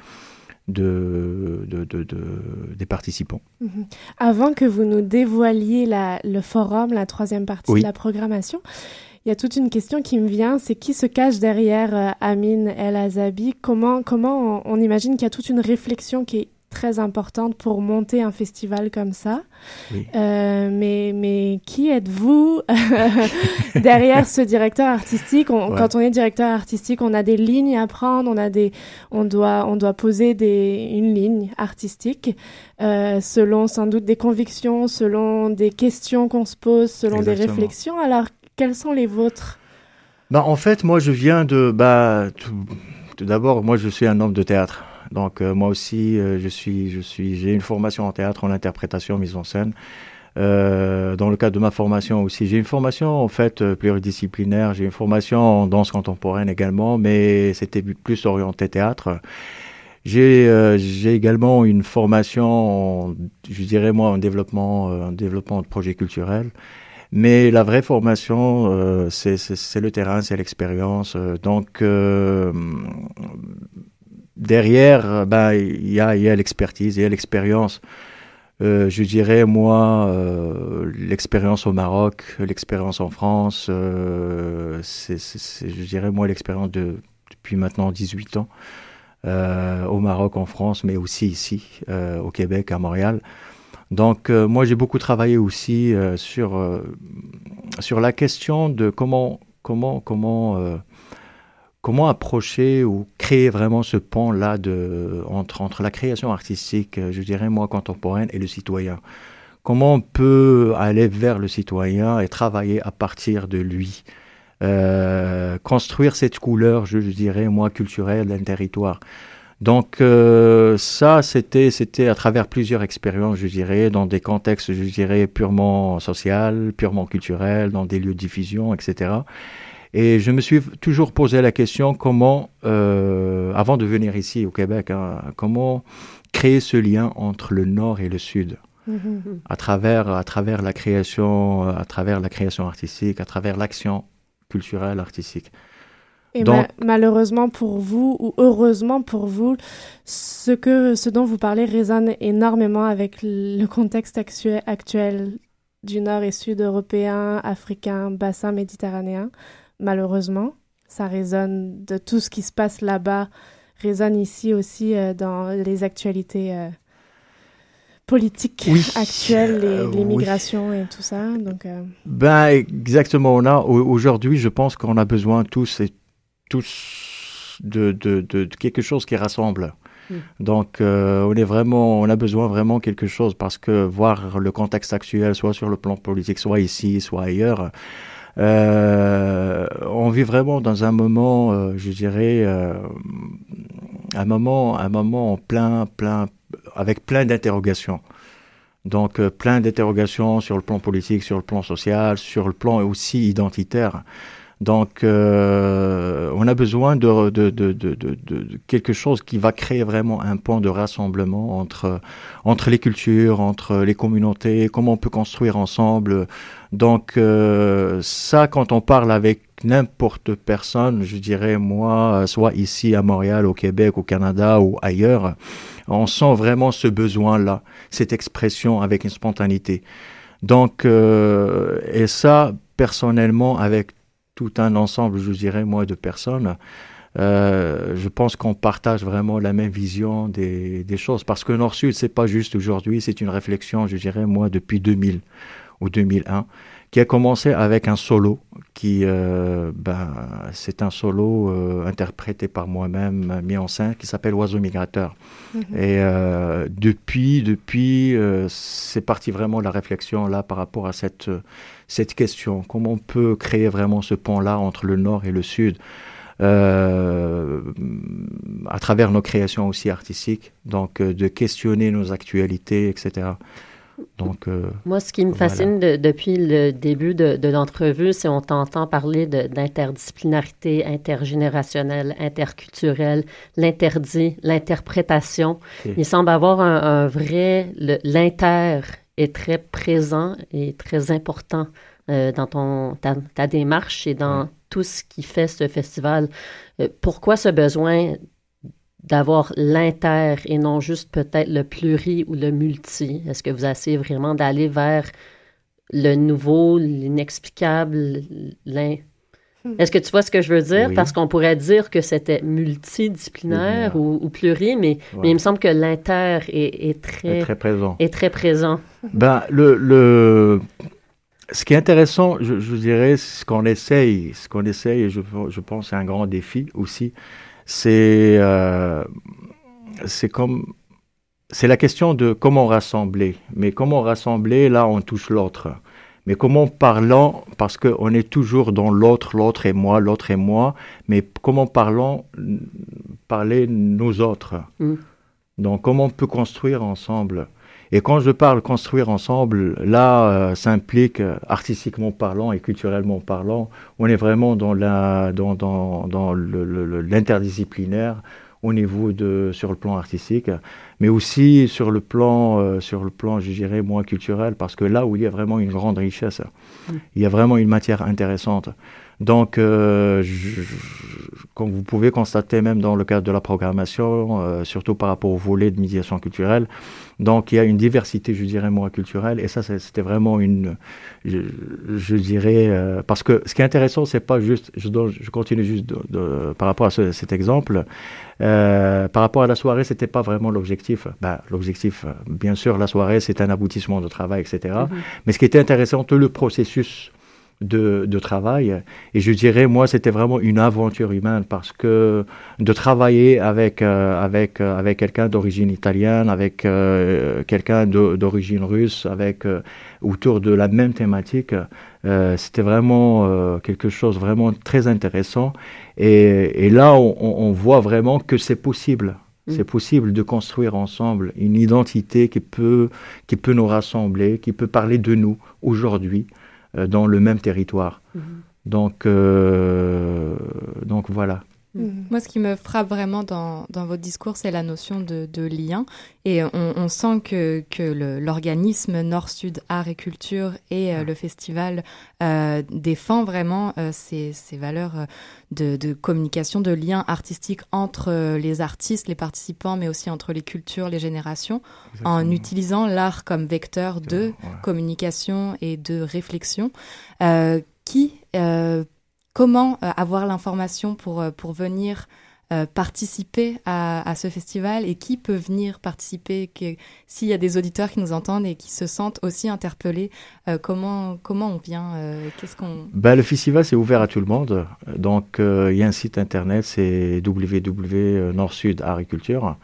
De, de, de, de, des participants. Mmh. Avant que vous nous dévoiliez la, le forum, la troisième partie oui. de la programmation, il y a toute une question qui me vient, c'est qui se cache derrière euh, Amin El Azabi? Comment, comment on, on imagine qu'il y a toute une réflexion qui est très importante pour monter un festival comme ça. Oui. Euh, mais, mais qui êtes-vous derrière ce directeur artistique? on, ouais. Quand on est directeur artistique, on a des lignes à prendre, on, a des, on, doit, on doit poser des, une ligne artistique euh, selon sans doute des convictions, selon des questions qu'on se pose, selon Exactement. Des réflexions. Alors, quelles sont les vôtres? Bah, en fait, moi, je viens de... Bah, tout, tout d'abord, moi, je suis un homme de théâtre. Donc euh, moi aussi, euh, je suis, je suis, j'ai une formation en théâtre, en interprétation, mise en scène. Euh, dans le cadre de ma formation aussi, j'ai une formation en fait euh, pluridisciplinaire. J'ai une formation en danse contemporaine également, mais c'était plus orienté théâtre. J'ai, euh, j'ai également une formation, en, je dirais moi, en développement, euh, en développement de projets culturels. Mais la vraie formation, euh, c'est, c'est, c'est le terrain, c'est l'expérience. Euh, donc euh, derrière, ben, il y a, il y a l'expertise, il y a l'expérience Euh, je dirais, moi, euh, l'expérience au Maroc, l'expérience en France, euh, c'est, c'est, c'est, je dirais, moi, l'expérience de, depuis maintenant dix-huit ans, euh, au Maroc, en France, mais aussi ici, euh, au Québec, à Montréal. Donc, euh, moi, j'ai beaucoup travaillé aussi euh, sur, euh, sur la question de comment, comment, comment, euh, comment approcher ou créer vraiment ce pont-là de, entre, entre la création artistique, je dirais moi, contemporaine et le citoyen. Comment on peut aller vers le citoyen et travailler à partir de lui. Euh, construire cette couleur, je, je dirais moi, culturelle d'un territoire. Donc euh, ça, c'était, c'était à travers plusieurs expériences, je dirais, dans des contextes, je dirais, purement social, purement culturels, dans des lieux de diffusion, et cetera. Et je me suis toujours posé la question comment, euh, avant de venir ici au Québec, hein, comment créer ce lien entre le Nord et le Sud, mmh. à travers, à travers la création, à travers la création artistique, à travers l'action culturelle artistique. Et Donc, ma- malheureusement pour vous, ou heureusement pour vous, ce que, ce dont vous parlez résonne énormément avec le contexte actuel, actuel du Nord et Sud européen, africain, bassin méditerranéen. Malheureusement, ça résonne de tout ce qui se passe là-bas, résonne ici aussi euh, dans les actualités euh, politiques oui. actuelles, les, euh, les migrations oui. et tout ça. Donc, euh... Ben exactement. On a aujourd'hui, je pense qu'on a besoin tous et tous de, de, de, de quelque chose qui rassemble. Mm. Donc, euh, on est vraiment, on a besoin vraiment de quelque chose parce que voir le contexte actuel, soit sur le plan politique, soit ici, soit ailleurs. Euh, on vit vraiment dans un moment, euh, je dirais, euh, un moment, un moment en plein, plein, avec plein d'interrogations. Donc, euh, plein d'interrogations sur le plan politique, sur le plan social, sur le plan aussi identitaire. Donc, euh, on a besoin de, de, de, de, de, de quelque chose qui va créer vraiment un point de rassemblement entre, entre les cultures, entre les communautés, comment on peut construire ensemble. Donc, euh, ça, quand on parle avec n'importe personne, je dirais, moi, soit ici à Montréal, au Québec, au Canada ou ailleurs, on sent vraiment ce besoin-là, cette expression avec une spontanéité. Donc, euh, et ça, personnellement, avec tout un ensemble, je dirais, moi, de personnes, euh, je pense qu'on partage vraiment la même vision des, des choses. Parce que Nord-Sud, c'est pas juste aujourd'hui, c'est une réflexion, je dirais, moi, depuis deux mille ou deux mille un, qui a commencé avec un solo, qui, euh, ben, c'est un solo euh, interprété par moi-même, mis en scène, qui s'appelle Oiseau migrateur. Mm-hmm. Et euh, depuis, depuis, euh, c'est parti vraiment la réflexion là par rapport à cette cette question. Comment on peut créer vraiment ce pont-là entre le Nord et le Sud, euh, à travers nos créations aussi artistiques, donc euh, de questionner nos actualités, et cetera. Donc, euh, moi, ce qui me voilà. fascine de, depuis le début de, de l'entrevue, c'est qu'on t'entend parler de, d'interdisciplinarité intergénérationnelle, interculturelle, l'interdit, l'interprétation. Okay. Il semble avoir un, un vrai... Le, l'inter est très présent et très important euh, dans ton, ta, ta démarche et dans ouais. tout ce qui fait ce festival. Euh, pourquoi ce besoin d'avoir l'inter et non juste peut-être le pluri ou le multi? Est-ce que vous essayez vraiment d'aller vers le nouveau, l'inexplicable, l'in... Est-ce que tu vois ce que je veux dire? Oui. Parce qu'on pourrait dire que c'était multidisciplinaire ou, ou pluri, mais, ouais. mais il me semble que l'inter est, est, très, est très présent. Est très présent. Ben, le, le... Ce qui est intéressant, je, je dirais, ce qu'on essaye, ce qu'on essaye, et je, je pense que c'est un grand défi aussi, c'est, euh, c'est comme, c'est la question de comment rassembler. Mais comment rassembler, là, on touche l'autre. Mais comment parlant, parce qu'on est toujours dans l'autre, l'autre et moi, l'autre et moi, mais comment parlons, parler nous autres. Mm. Donc, comment on peut construire ensemble. Et quand je parle construire ensemble, là, euh, ça implique, euh, artistiquement parlant et culturellement parlant, on est vraiment dans, la, dans, dans, dans le, le, l'interdisciplinaire au niveau de, sur le plan artistique, mais aussi sur le plan, euh, sur le plan, je dirais, moins culturel, parce que là où il y a vraiment une grande richesse, mm. il y a vraiment une matière intéressante. Donc, euh, je, je, comme vous pouvez constater, même dans le cadre de la programmation, euh, surtout par rapport au volet de médiation culturelle, donc il y a une diversité, je dirais, moi, culturelle, et ça, c'était vraiment une, je, je dirais, euh, parce que ce qui est intéressant, c'est pas juste, je, je continue juste de, de, par rapport à ce, cet exemple, euh, par rapport à la soirée, c'était pas vraiment l'objectif. Ben, l'objectif, bien sûr, la soirée, c'est un aboutissement de travail, et cetera. Mm-hmm. Mais ce qui était intéressant, tout le processus De, de travail. Et je dirais, moi, c'était vraiment une aventure humaine parce que de travailler avec, euh, avec, euh, avec quelqu'un d'origine italienne, avec euh, quelqu'un de, d'origine russe, avec, euh, autour de la même thématique, euh, c'était vraiment euh, quelque chose vraiment très intéressant. Et, et là, on, on voit vraiment que c'est possible. Mmh. C'est possible de construire ensemble une identité qui peut, qui peut nous rassembler, qui peut parler de nous aujourd'hui, dans le même territoire. Mmh. Donc, euh, donc voilà. Mmh. Moi, ce qui me frappe vraiment dans, dans votre discours, c'est la notion de, de lien. Et on, on sent que, que le, l'organisme Nord-Sud Art et Culture et euh, le festival euh, défend vraiment euh, ces, ces valeurs de, de communication, de lien artistique entre les artistes, les participants, mais aussi entre les cultures, les générations, Exactement. En utilisant l'art comme vecteur de ouais. communication et de réflexion. Euh, qui, euh, comment euh, avoir l'information pour, pour venir euh, participer à, à ce festival et qui peut venir participer, que, s'il y a des auditeurs qui nous entendent et qui se sentent aussi interpellés, euh, comment, comment on vient, euh, qu'est-ce qu'on... Ben, le festival, c'est ouvert à tout le monde. Donc, euh, il y a un site internet, c'est w w w point nord-sud art et culture.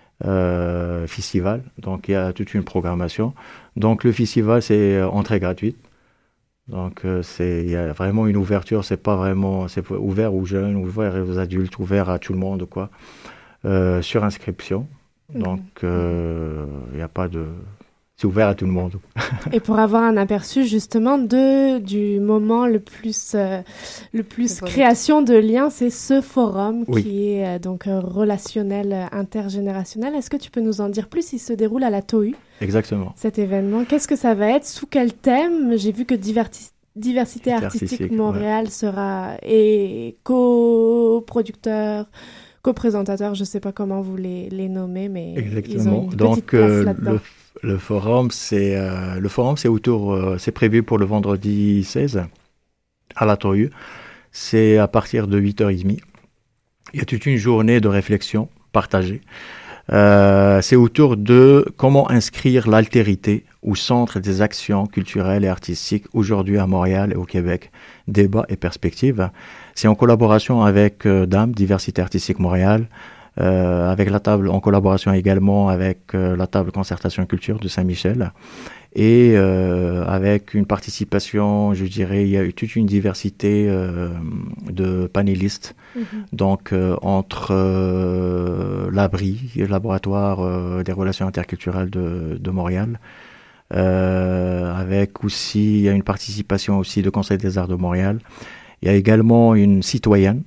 Euh, festival, donc il y a toute une programmation. Donc le festival, c'est entrée gratuite. Donc euh, c'est il y a vraiment une ouverture, c'est pas vraiment c'est ouvert aux jeunes, ouvert aux adultes, ouvert à tout le monde quoi. Euh, sur inscription. Donc il euh, n'y a pas de c'est ouvert à tout le monde. Et pour avoir un aperçu justement de du moment le plus euh, le plus le création de liens, c'est ce forum oui. qui est euh, donc euh, relationnel euh, intergénérationnel. Est-ce que tu peux nous en dire plus? Il se déroule à la T O U. Exactement. Cet événement, qu'est-ce que ça va être? Sous quel thème? J'ai vu que divertis- Diversité Artistique, artistique Montréal ouais. sera et coproducteur, coprésentateur, je ne sais pas comment vous les, les nommez, mais Exactement. Ils ont une donc petite place là-dedans. Le... Le forum, c'est euh, le forum, c'est autour, euh, c'est prévu pour le vendredi seize à la T O U. C'est à partir de huit heures trente. Il y a toute une journée de réflexion partagée. Euh, c'est autour de comment inscrire l'altérité au centre des actions culturelles et artistiques aujourd'hui à Montréal et au Québec. Débat et perspectives. C'est en collaboration avec euh, D A M, Diversité Artistique Montréal. Euh, avec la table, en collaboration également avec euh, la table Concertation Culture de Saint-Michel et euh, avec une participation, je dirais, il y a eu toute une diversité euh, de panélistes, mm-hmm. donc euh, entre euh, l'A B R I, le laboratoire euh, des relations interculturelles de, de Montréal, euh, avec aussi, il y a une participation aussi de Conseil des Arts de Montréal, il y a également une citoyenne.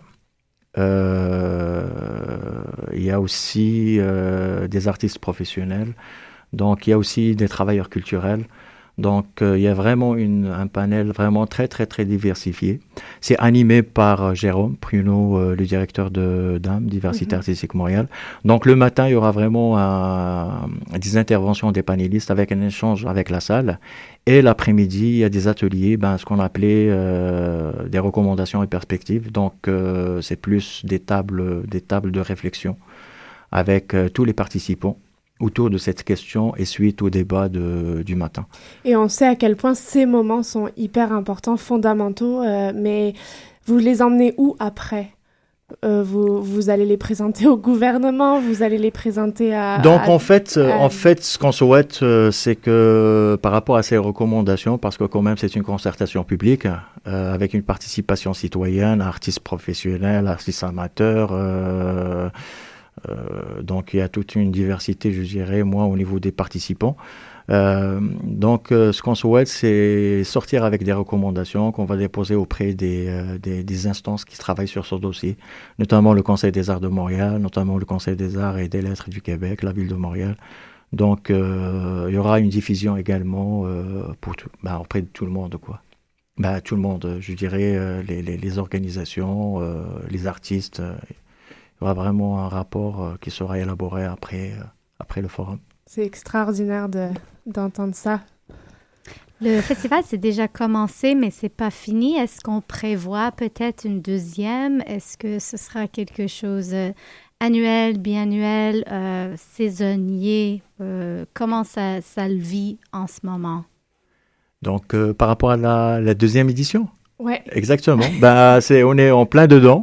Euh, il y a aussi euh, des artistes professionnels, donc il y a aussi des travailleurs culturels. Donc euh, il y a vraiment une, un panel vraiment très très très diversifié. C'est animé par euh, Jérôme Pruneau, euh, le directeur de D A M, Diversité mm-hmm. Artistique Montréal. Donc le matin, il y aura vraiment un, des interventions des panélistes avec un échange avec la salle. Et l'après-midi, il y a des ateliers, ben, ce qu'on appelait euh, des recommandations et perspectives. Donc euh, c'est plus des tables, des tables de réflexion avec euh, tous les participants autour de cette question et suite au débat de, du matin. Et on sait à quel point ces moments sont hyper importants, fondamentaux, euh, mais vous les emmenez où après? Euh, vous, vous allez les présenter au gouvernement, vous allez les présenter à... Donc à, en fait, à... en fait, ce qu'on souhaite, euh, c'est que par rapport à ces recommandations, parce que quand même c'est une concertation publique, euh, avec une participation citoyenne, artistes professionnels, artistes amateurs, euh, Euh, donc il y a toute une diversité, je dirais, moi, au niveau des participants. Euh, donc euh, ce qu'on souhaite, c'est sortir avec des recommandations qu'on va déposer auprès des, euh, des, des instances qui travaillent sur ce dossier, notamment le Conseil des Arts de Montréal, notamment le Conseil des Arts et des Lettres du Québec, la Ville de Montréal. Donc euh, il y aura une diffusion également euh, pour tout, ben, auprès de tout le monde, quoi. bah, tout le monde, je dirais, euh, les, les, les organisations, euh, les artistes. Euh, il y aura vraiment un rapport euh, qui sera élaboré après, euh, après le forum. C'est extraordinaire de, d'entendre ça. Le festival, c'est déjà commencé, mais c'est pas fini. Est-ce qu'on prévoit peut-être une deuxième? Est-ce que ce sera quelque chose euh, annuel, biannuel, euh, saisonnier? Euh, comment ça, ça le vit en ce moment? Donc, euh, par rapport à la, la deuxième édition? Ouais. Exactement. bah, c'est, on est en plein dedans.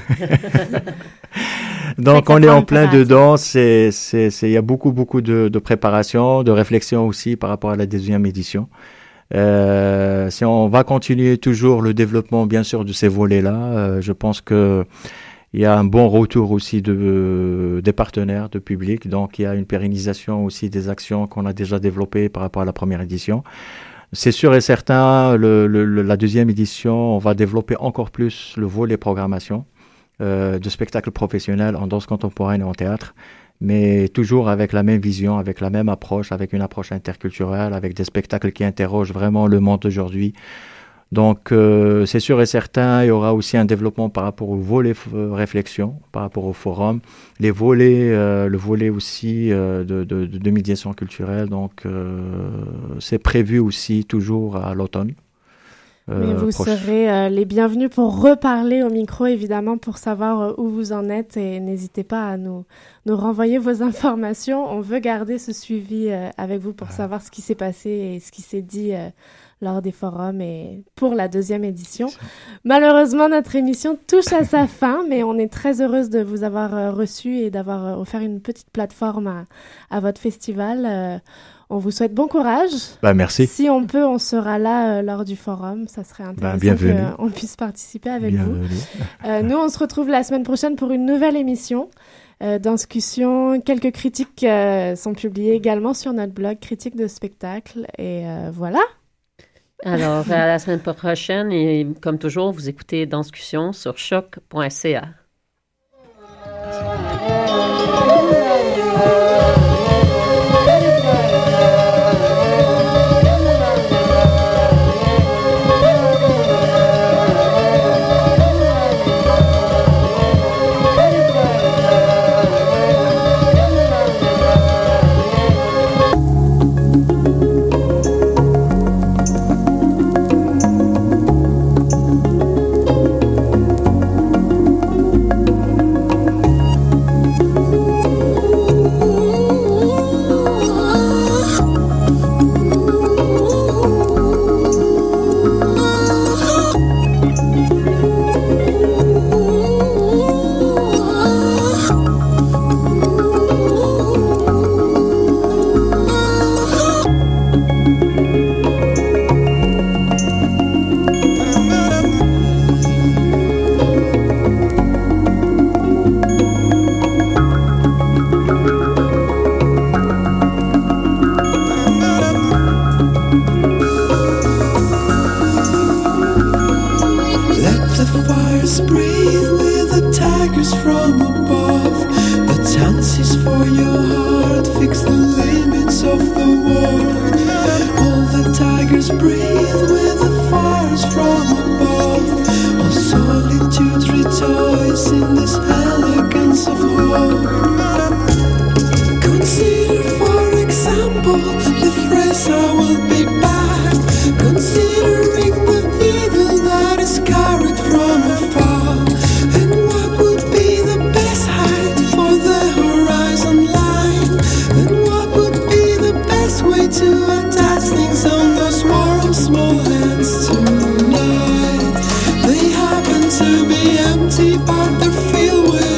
Donc, on est en plein dedans. C'est, c'est, c'est, il y a beaucoup, beaucoup de, de préparation, de réflexion aussi par rapport à la deuxième édition. Euh, si on va continuer toujours le développement, bien sûr, de ces volets-là, euh, je pense que il y a un bon retour aussi de, des partenaires, de public. Donc, il y a une pérennisation aussi des actions qu'on a déjà développées par rapport à la première édition. C'est sûr et certain, le, le, la deuxième édition, on va développer encore plus le volet programmation euh, de spectacles professionnels en danse contemporaine et en théâtre, mais toujours avec la même vision, avec la même approche, avec une approche interculturelle, avec des spectacles qui interrogent vraiment le monde d'aujourd'hui. Donc, euh, c'est sûr et certain, il y aura aussi un développement par rapport au volet f- réflexion, par rapport au forum, les volets, euh, le volet aussi euh, de, de, de médiation culturelle. Donc, euh, c'est prévu aussi toujours à l'automne. Euh, Mais vous proche. serez euh, les bienvenus pour reparler au micro, évidemment, pour savoir euh, où vous en êtes. Et n'hésitez pas à nous, nous renvoyer vos informations. On veut garder ce suivi euh, avec vous pour ah. savoir ce qui s'est passé et ce qui s'est dit euh, lors des forums et pour la deuxième édition. Malheureusement, notre émission touche à sa fin, mais on est très heureuse de vous avoir euh, reçu et d'avoir euh, offert une petite plateforme à, à votre festival. Euh, on vous souhaite bon courage. Bah, merci. Si on peut, on sera là euh, lors du forum. Ça serait intéressant bah, qu'on puisse participer avec bienvenue. vous. Euh, nous, on se retrouve la semaine prochaine pour une nouvelle émission. Euh, Danscussion, quelques critiques euh, sont publiées également sur notre blog Critique de spectacle. Et euh, voilà. Alors, à la semaine prochaine, et comme toujours, vous écoutez Danscussion sur choc point c a. To be empty, but they're filled with